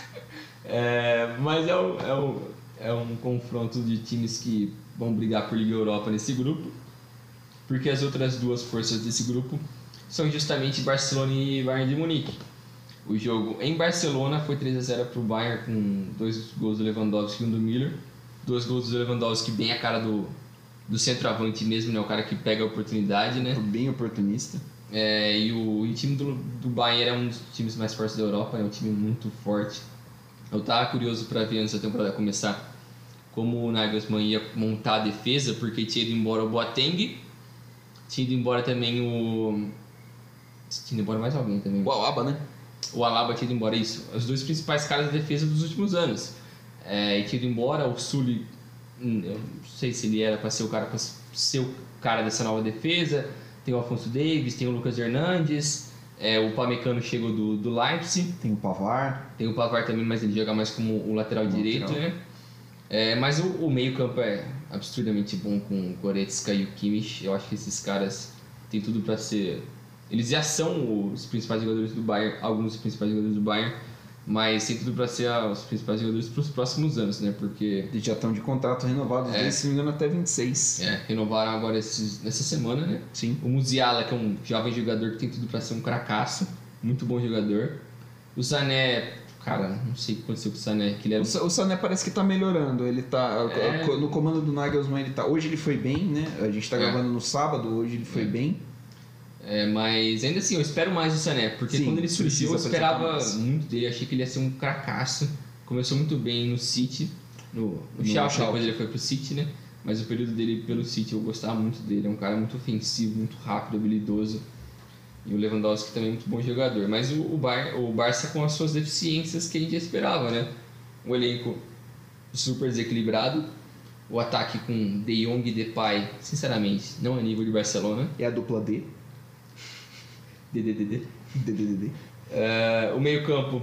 Mas é um confronto de times que vão brigar por Liga Europa nesse grupo, porque as outras duas forças desse grupo são justamente Barcelona e Bayern de Munique. O jogo em Barcelona foi 3-0 para o Bayern, com 2 gols do Lewandowski e 1 do Müller. 2 gols do Lewandowski, bem a cara do centroavante mesmo, né? O cara que pega a oportunidade, né? Bem oportunista. E o time do Bayern é um dos times mais fortes da Europa, é um time muito forte. Eu tava curioso para ver antes da temporada começar como o Nagelsmann ia montar a defesa, porque tinha ido embora o Boateng, tinha ido embora também tinha ido embora mais alguém também. O Alaba, né? O Alaba tinha ido embora, isso. Os 2 principais caras da defesa dos últimos anos. E tinha ido embora, o Sully, eu não sei se ele era para ser o cara dessa nova defesa. Tem o Alphonso Davies, tem o Lucas Hernandes, o Pamecano chegou do Leipzig. Tem o Pavard. Tem o Pavard também, mas ele joga mais como o lateral direito, né? Mas o meio campo é absurdamente bom com o Goretzka e o Kimmich. Eu acho que esses caras têm tudo para ser... Eles já são os principais jogadores do Bayern, alguns dos principais jogadores do Bayern, mas tem tudo para ser os principais jogadores para os próximos anos, né? Porque eles já estão de contrato renovado, se não me engano, até 26. Renovaram agora nessa semana, né? Sim. O Musiala, que é um jovem jogador que tem tudo para ser um cracaço, muito bom jogador. O Sané, cara, não sei o que aconteceu com o Sané. Que ele era... O Sané parece que tá melhorando, ele tá... No comando do Nagelsmann ele tá... Hoje ele foi bem, né? A gente tá gravando no sábado, hoje ele foi bem. Mas ainda assim, eu espero mais do Sané, porque quando ele surgiu eu esperava muito dele, achei que ele ia ser um cracaço. Começou muito bem no City, no Schalke, depois ele foi pro City, né? Mas o período dele pelo City eu gostava muito dele, é um cara muito ofensivo, muito rápido, habilidoso. E o Lewandowski também é muito bom jogador. Mas o Barça com as suas deficiências que a gente já esperava, né? Um elenco super desequilibrado, o ataque com De Jong e Depay, sinceramente, não é nível de Barcelona. É a dupla D. DDDD. O meio campo,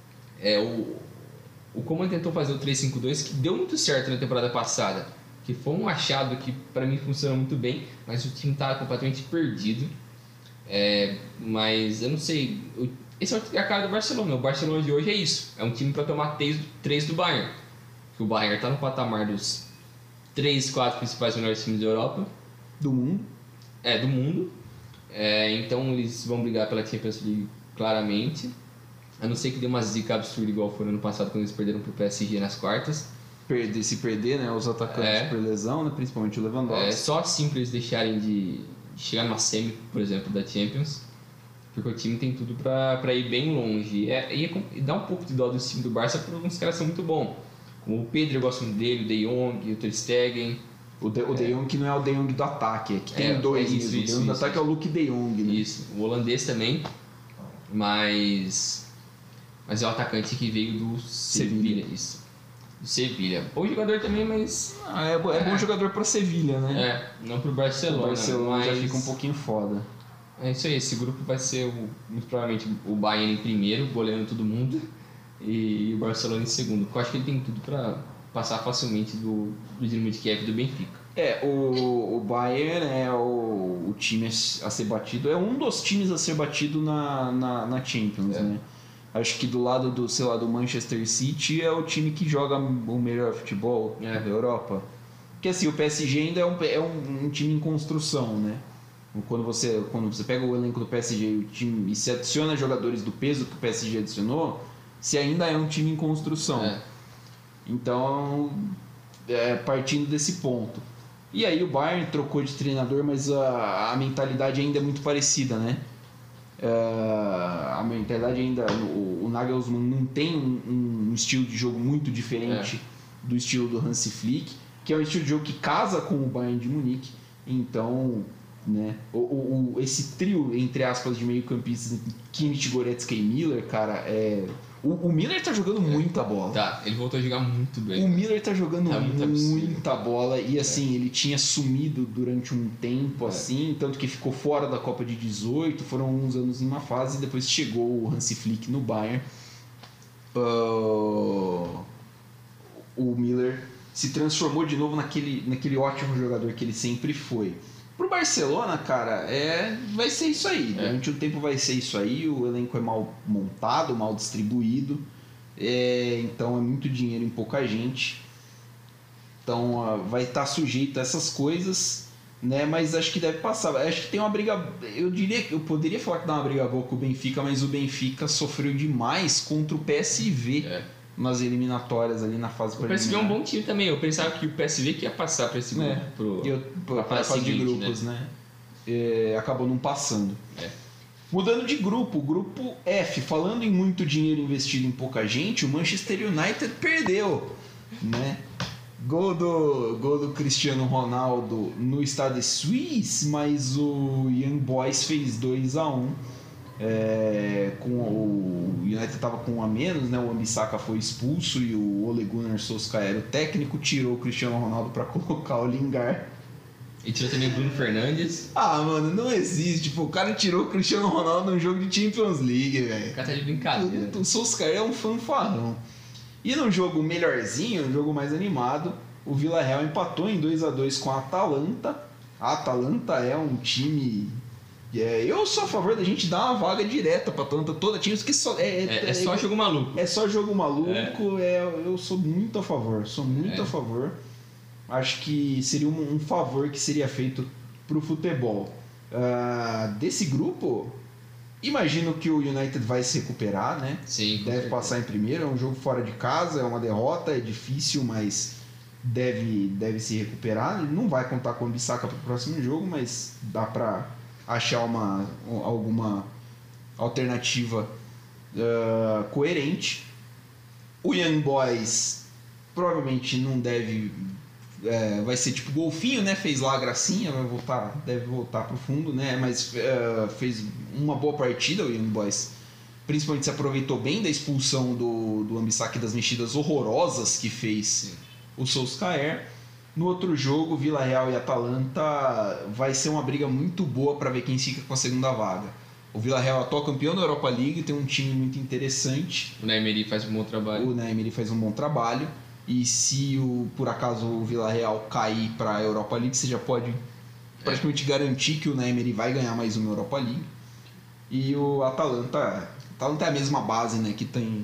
o Koeman tentou fazer o 3-5-2, que deu muito certo na temporada passada, que foi um achado que para mim funcionou muito bem, mas o time estava completamente perdido. Mas eu não sei, esse é a cara do Barcelona. O Barcelona de hoje é isso, é um time para tomar 3 do Bayern, que o Bayern está no patamar dos 3, 4 principais melhores times da Europa, do mundo. Do mundo. Então eles vão brigar pela Champions League claramente, a não ser que dê uma zica absurda igual foi no ano passado quando eles perderam pro PSG nas quartas. se perder, né, os atacantes por lesão, né, principalmente o Lewandowski. É só assim pra eles deixarem de chegar numa semi, por exemplo, da Champions, porque o time tem tudo pra ir bem longe. E dá um pouco de dó do time do Barça, porque alguns caras são muito bons. Como o Pedro, eu gosto muito dele, o De Jong, o Ter Stegen. O De Jong que não é o De Jong do ataque, é que tem dois mesmo. O De Jong do ataque é o Luke De Jong, né? Isso, o holandês também, mas é o atacante que veio do Sevilha, isso. Do Sevilha. Bom jogador também, mas... é bom jogador pra Sevilha, né? Não pro Barcelona. O Barcelona mas já fica um pouquinho foda. É isso aí, esse grupo vai ser muito provavelmente o Bayern em primeiro, goleando todo mundo, e o Barcelona em segundo. Porque eu acho que ele tem tudo pra passar facilmente do Dinamo de Kiev e do Benfica. O Bayern é o time a ser batido, é um dos times a ser batido na Champions, né? Acho que do lado do Manchester City é o time que joga o melhor futebol da Europa. Porque assim, o PSG ainda é um time em construção, né? Quando você pega o elenco do PSG e se adiciona jogadores do peso que o PSG adicionou, se ainda é um time em construção. Então, partindo desse ponto. E aí o Bayern trocou de treinador, mas a mentalidade ainda é muito parecida, né? A mentalidade ainda... O Nagelsmann não tem um estilo de jogo muito diferente do estilo do Hansi Flick, que é um estilo de jogo que casa com o Bayern de Munique. Então, né, esse trio, entre aspas, de meio-campistas, Kimmich, Goretzka e Miller, cara, o Miller tá jogando muita bola. Tá, ele voltou a jogar muito bem. O Miller tá jogando muita bola e assim, ele tinha sumido durante um tempo, assim, tanto que ficou fora da Copa de 18, foram uns anos em uma fase, e depois chegou o Hansi Flick no Bayern. O Miller se transformou de novo naquele ótimo jogador que ele sempre foi. Pro Barcelona, cara, vai ser isso aí. Durante um tempo vai ser isso aí. O elenco é mal montado, mal distribuído. Então é muito dinheiro em pouca gente. Então vai estar sujeito a essas coisas, né? Mas acho que deve passar. Acho que tem uma briga. Eu poderia falar que dá uma briga boa com o Benfica, mas o Benfica sofreu demais contra o PSV. Nas eliminatórias ali na fase preliminar. O PSV é um bom time também. Eu pensava que o PSV que ia passar para esse grupo. Pra fase de grupos, né? Acabou não passando. Mudando de grupo, grupo F. Falando em muito dinheiro investido em pouca gente, o Manchester United perdeu, né? Gol do Cristiano Ronaldo no Stade Suisse, mas o Young Boys fez 2-1. O United estava com um a menos, né? O Wan-Bissaka foi expulso e o Ole Gunnar Solskjaer, o técnico, tirou o Cristiano Ronaldo para colocar o Lingard. E tirou também o Bruno Fernandes. Mano, não existe. O cara tirou o Cristiano Ronaldo num jogo de Champions League, velho. O cara tá de brincadeira. O Solskjaer é um fanfarrão. E num jogo melhorzinho, um jogo mais animado, o Villarreal empatou em 2-2 com a Atalanta. A Atalanta é um time... eu sou a favor da gente dar uma vaga direta pra Atalanta toda time, que só só jogo maluco. É só jogo maluco, eu sou muito a favor, a favor. Acho que seria um favor que seria feito pro futebol. Desse grupo, imagino que o United vai se recuperar, né? Sim. Deve passar em primeiro, é um jogo fora de casa, é uma derrota, é difícil, mas deve se recuperar. Ele não vai contar com o Bissaka pro próximo jogo, mas dá pra achar alguma alternativa coerente. O Young Boys provavelmente não deve... vai ser tipo golfinho, né? Fez lá a gracinha, deve voltar pro fundo, né? Mas fez uma boa partida o Young Boys. Principalmente se aproveitou bem da expulsão do Wan-Bissaka e das mexidas horrorosas que fez o Solskjaer. No outro jogo, Villarreal e Atalanta, vai ser uma briga muito boa para ver quem fica com a segunda vaga. O Villarreal é atual campeão da Europa League, tem um time muito interessante. O Naemery faz um bom trabalho. E se por acaso o Villarreal cair para a Europa League, você já pode praticamente garantir que o Naemery vai ganhar mais uma Europa League. E o Atalanta é a mesma base, né, que tem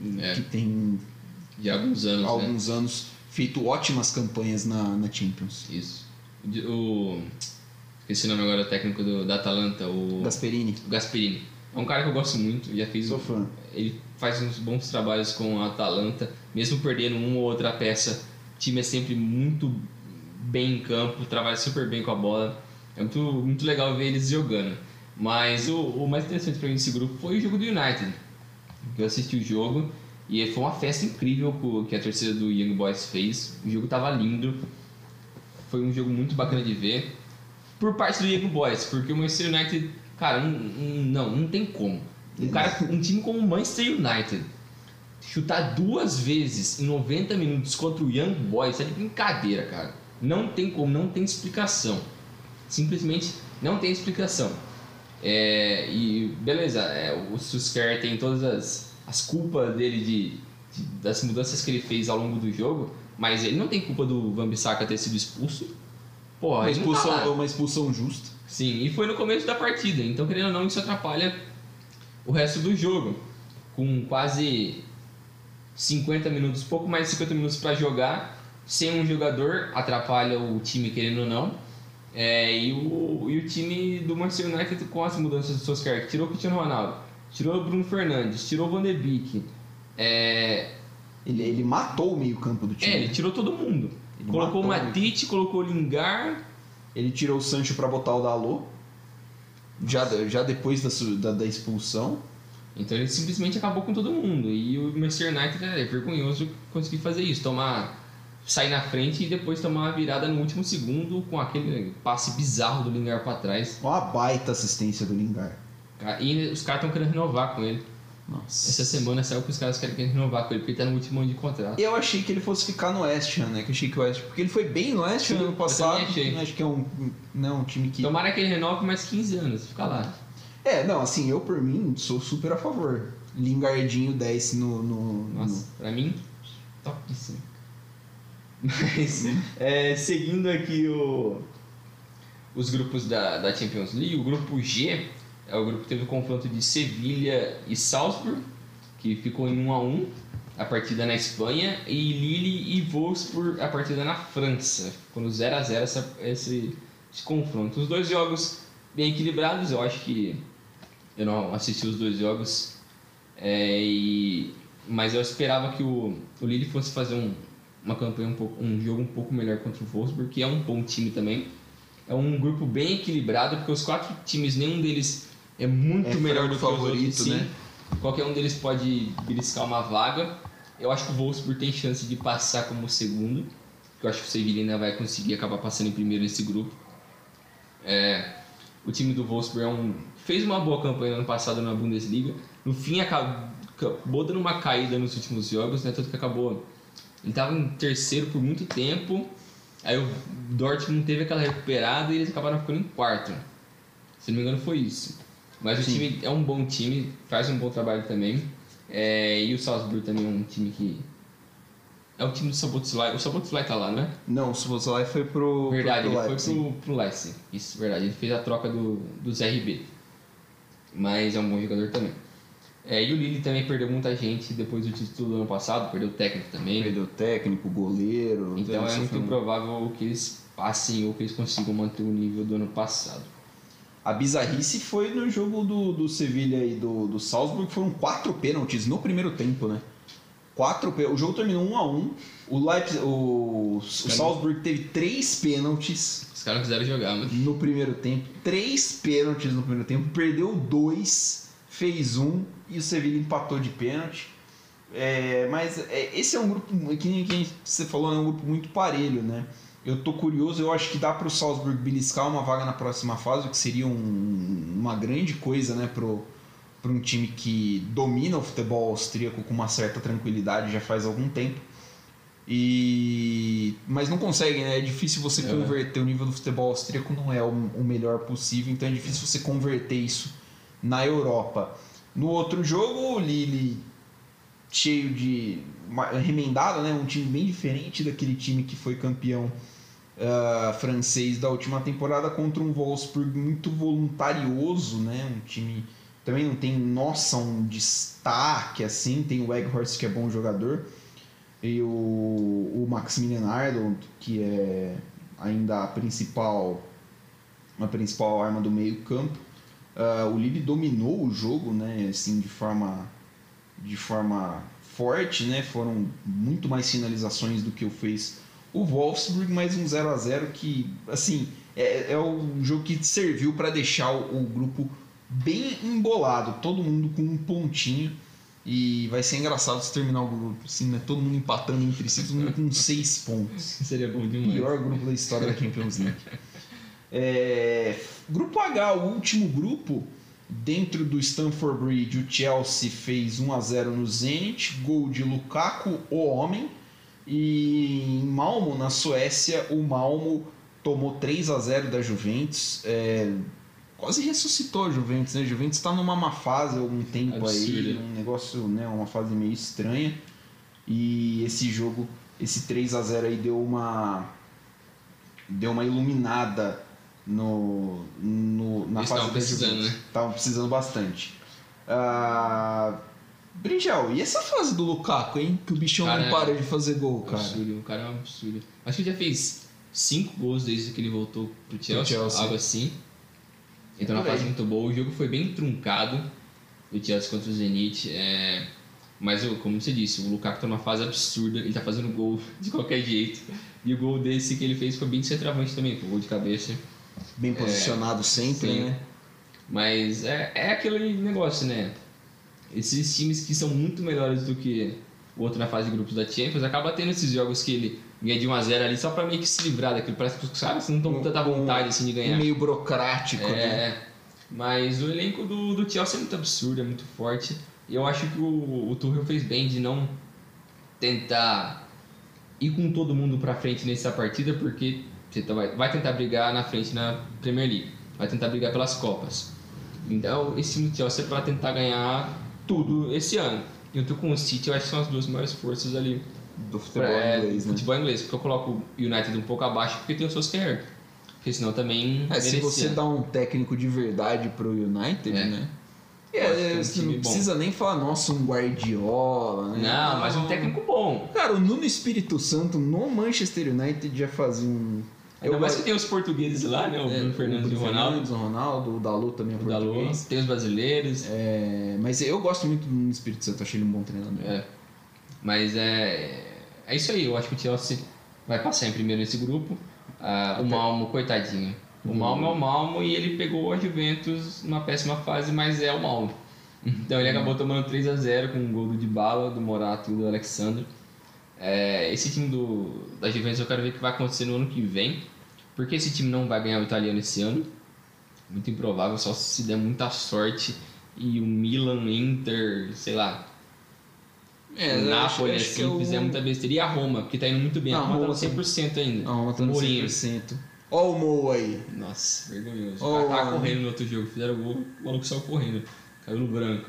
de alguns anos feito ótimas campanhas na Champions. Isso. Esqueci o nome agora, o técnico da Atalanta, o Gasperini. É um cara que eu gosto muito, Sou fã. Ele faz uns bons trabalhos com a Atalanta, mesmo perdendo uma ou outra peça time é sempre muito bem em campo, trabalha super bem com a bola. É muito legal ver eles jogando. Mas o mais interessante para mim nesse grupo foi o jogo do United. Eu assisti o jogo e foi uma festa incrível que a torcida do Young Boys fez. O jogo tava lindo. Foi um jogo muito bacana de ver. Por parte do Young Boys, porque o Manchester United, cara, não tem como. Um time como o Manchester United chutar 2 vezes em 90 minutos contra o Young Boys é de brincadeira, cara. Não tem como, não tem explicação. Simplesmente não tem explicação. E beleza, o Solskjaer tem todas as culpas dele das mudanças que ele fez ao longo do jogo, mas ele não tem culpa do Wan-Bissaka ter sido expulso. Porra, uma expulsão justa. Sim, e foi no começo da partida, então querendo ou não, isso atrapalha o resto do jogo. Com quase 50 minutos, pouco mais de 50 minutos para jogar, sem um jogador, atrapalha o time querendo ou não. E o time do Manchester United, com as mudanças do Solskjaer, que tirou o Cristiano Ronaldo, tirou o Bruno Fernandes, tirou o Van de Beek. Ele matou o meio campo do time. Ele tirou todo mundo. Ele colocou o Matite, colocou o Lingard. Ele tirou o Sancho para botar o Dalot, já depois da expulsão. Então ele simplesmente acabou com todo mundo. E o Manchester United é vergonhoso conseguir fazer isso, sair na frente e depois tomar uma virada no último segundo com aquele passe bizarro do Lingard para trás. Uma baita assistência do Lingard. E os caras estão querendo renovar com ele. Nossa. Essa semana saiu que os caras querem renovar com ele, porque ele tá no último ano de contrato. Eu achei que ele fosse ficar no West Ham, né? Porque ele foi bem no West Ham ano passado. Eu também achei. Acho que é um time que... Tomara que ele renove mais 15 anos, fica lá. Não, assim, eu por mim sou super a favor. Lingardinho desce Nossa, pra mim, topíssimo. Mas, seguindo aqui os grupos da Champions League, o grupo G é o grupo que teve o confronto de Sevilha e Salzburg, que ficou em 1-1, a partida na Espanha, e Lille e Wolfsburg, a partida na França. Ficou no 0-0 esse confronto. Os 2 jogos bem equilibrados, eu acho que eu não assisti os 2 jogos, mas eu esperava que o Lille fosse fazer uma campanha um jogo um pouco melhor contra o Wolfsburg, que é um bom time também. É um grupo bem equilibrado, porque os 4 times, nenhum deles é muito melhor do que favorito, os outros. Né? Qualquer um deles pode beliscar uma vaga. Eu acho que o Wolfsburg tem chance de passar como segundo, porque eu acho que o Sevilla ainda vai conseguir acabar passando em primeiro nesse grupo. O time do Wolfsburg fez uma boa campanha no ano passado na Bundesliga. No fim, acabou dando uma caída nos últimos jogos, né? Tanto que acabou... Ele estava em terceiro por muito tempo. Aí o Dortmund teve aquela recuperada e eles acabaram ficando em quarto. Se não me engano, foi isso. Mas o time é um bom time, faz um bom trabalho também. E o Salzburg também é um time que... É o time do Szoboszlai. O Szoboszlai tá lá, não é? Não, o Szoboszlai foi pro... Verdade, ele foi pro Leipzig. Isso, verdade. Ele fez a troca dos RB. Mas é um bom jogador também. E o Lille também perdeu muita gente depois do título do ano passado. Perdeu o técnico também. Perdeu o técnico, goleiro... Então é muito improvável que eles passem ou que eles consigam manter o nível do ano passado. A bizarrice foi no jogo do Sevilha e do Salzburg, foram 4 pênaltis no primeiro tempo, né? O jogo terminou 1-1. O Salzburg teve 3 pênaltis. Os caras não quiseram jogar, mano. No primeiro tempo. 3 pênaltis no primeiro tempo. Perdeu 2, fez 1 e o Sevilha empatou de pênalti. Mas esse é um grupo, que você falou, é um grupo muito parelho, né? Eu tô curioso, eu acho que dá pro Salzburg beliscar uma vaga na próxima fase, o que seria uma grande coisa, né, para um time que domina o futebol austríaco com uma certa tranquilidade já faz algum tempo. Mas não consegue, né? É difícil você converter. O nível do futebol austríaco não é o melhor possível, então é difícil você converter isso na Europa. No outro jogo, o Lille cheio de... remendado, né? Um time bem diferente daquele time que foi campeão francês da última temporada, contra um Wolfsburg muito voluntarioso, né? Um time também não tem um destaque assim. Tem o Weghorst, que é bom jogador, e o Maximilian Arnold, que é ainda a principal arma do meio campo. O Lille dominou o jogo, né? Assim, de forma forte, né? Foram muito mais finalizações do que fez o Wolfsburg, mais um 0-0 que, assim, é um jogo que serviu para deixar o grupo bem embolado, todo mundo com um pontinho. E vai ser engraçado se terminar o grupo, assim, né? Todo mundo empatando entre si, todo mundo com 6 pontos. Seria bom demais. Pior grupo da história da Champions League. Grupo H, o último grupo, dentro do Stamford Bridge, o Chelsea fez 1-0 no Zenit, gol de Lukaku, o homem. E em Malmo, na Suécia, o Malmo tomou 3-0 da Juventus. Quase ressuscitou a Juventus, né? A Juventus está numa má fase há algum tempo. Absurdo. Aí, um negócio, né? Uma fase meio estranha. E esse jogo, esse 3-0 aí deu uma iluminada na fase da Juventus. Né? Estavam precisando bastante. Brinjal, e essa fase do Lukaku, hein? Que o bichão não para de fazer gol, cara. Absurdo, o cara é um absurdo. Acho que ele já fez 5 gols desde que ele voltou pro Chelsea. Algo assim. Então, na fase muito boa. O jogo foi bem truncado, o Chelsea contra o Zenit. Mas, como você disse, o Lukaku tá numa fase absurda. Ele tá fazendo gol de qualquer jeito. E o gol desse que ele fez foi bem de centroavante também. Foi um gol de cabeça. Bem posicionado sempre, né? Mas é aquele negócio, né? Esses times que são muito melhores do que o outro na fase de grupos da Champions, acaba tendo esses jogos que ele ganha de 1-0 ali só pra meio que se livrar daquilo. Parece que os caras não estão com tanta vontade assim de ganhar. Meio burocrático, né? Mas o elenco do Chelsea é muito absurdo, é muito forte. E eu acho que o Tuchel fez bem de não tentar ir com todo mundo pra frente nessa partida, porque você vai tentar brigar na frente na Premier League, vai tentar brigar pelas Copas. Então esse time do Chelsea é pra tentar ganhar tudo esse ano. Junto com o City, eu acho que são as duas maiores forças ali do futebol inglês, né? Futebol inglês, porque eu coloco o United um pouco abaixo porque tem o Solskjaer. Porque senão também se você dá um técnico de verdade pro United, né? Você não precisa nem falar, nossa, um Guardiola, né? Não, mas um técnico bom. Cara, o Nuno Espírito Santo no Manchester United já fazia um... Ainda mais que tem os portugueses lá, né? O Bruno Fernandes e o Ronaldo, o Dalu também é português. Tem os brasileiros. Mas eu gosto muito do Nuno Espírito Santo, achei ele um bom treinador. Mas é isso aí, eu acho que o Chelsea vai passar em primeiro nesse grupo. O Malmo, coitadinho. O Malmo é o Malmo e ele pegou a Juventus numa péssima fase, mas é o Malmo. Então ele acabou tomando 3-0 com um gol do Dybala, do Morata e do Alexandre. Esse time da Juventus eu quero ver o que vai acontecer no ano que vem, porque esse time não vai ganhar o italiano esse ano. Muito improvável, só se der muita sorte e o Milan, Inter, sei lá, o Napoli, assim, fizer muita besteira. E a Roma, porque tá indo muito bem. A Roma tá no 100% ainda. A Roma tá no 100%. Ó o Mo aí. Nossa, vergonhoso. O cara tava correndo no outro jogo, fizeram o gol, o maluco saiu correndo, caiu no branco.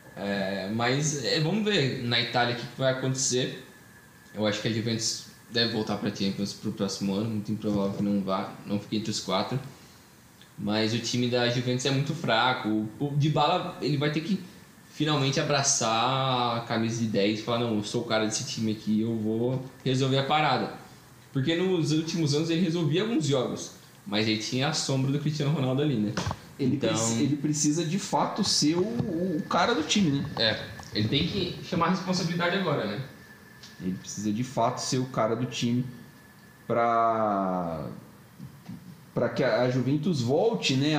Mas vamos ver na Itália o que vai acontecer. Eu acho que a Juventus deve voltar para a Champions pro próximo ano, muito improvável que não fique entre os 4. Mas o time da Juventus é muito fraco. O Dybala, ele vai ter que finalmente abraçar a camisa de 10 e falar, não, eu sou o cara desse time aqui, eu vou resolver a parada. Porque nos últimos anos ele resolvia alguns jogos, mas ele tinha a sombra do Cristiano Ronaldo ali, né? Ele precisa de fato ser o cara do time, né? Ele tem que chamar a responsabilidade agora, né? Ele precisa de fato ser o cara do time para que a Juventus volte, né,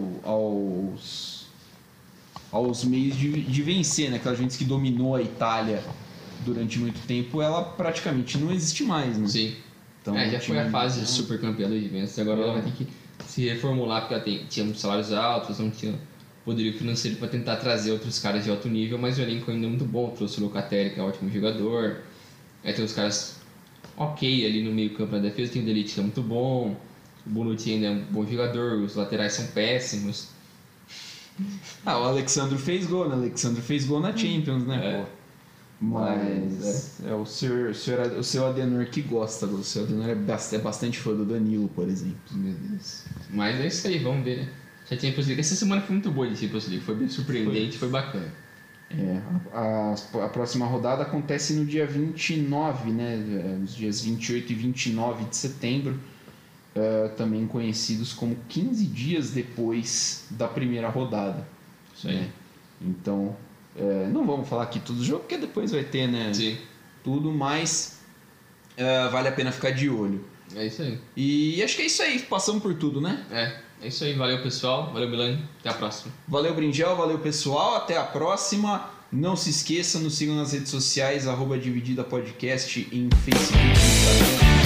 aos meios de vencer, né? Aquela Juventus que dominou a Itália durante muito tempo, ela praticamente não existe mais, né? Sim. Então, já foi a fase de super campeã da Juventus, agora ela vai ter que se reformular, porque ela tinha muitos salários altos, não tinha poderio financeiro para tentar trazer outros caras de alto nível, mas o elenco ainda é muito bom, trouxe o Locatelli, que é um ótimo jogador, aí tem os caras ok ali no meio campo na defesa, tem o Delite, que é muito bom, o Bonucci ainda é um bom jogador, os laterais são péssimos. O Alexandre fez gol, né? O Alexandre fez gol na Champions, né? Pô. Mas o seu Adenor que gosta, o seu Adenor é bastante fã do Danilo, por exemplo. Meu Deus. Mas é isso aí, vamos ver, né? Já Champions League. Essa semana foi muito boa de Champions League, foi bem surpreendente, foi bacana. A próxima rodada acontece no dia 29, né? Nos dias 28 e 29 de setembro, também conhecidos como 15 dias depois da primeira rodada. Isso aí. Né? Então, não vamos falar aqui todo o jogo, porque depois vai ter, né? Sim. Tudo, mas vale a pena ficar de olho. É isso aí. E acho que é isso aí, passamos por tudo, né? É isso aí. Valeu, pessoal. Valeu, Milani. Até a próxima. Valeu, Bringel. Valeu, pessoal. Até a próxima. Não se esqueça, nos sigam nas redes sociais, @dividida podcast em Facebook e Instagram.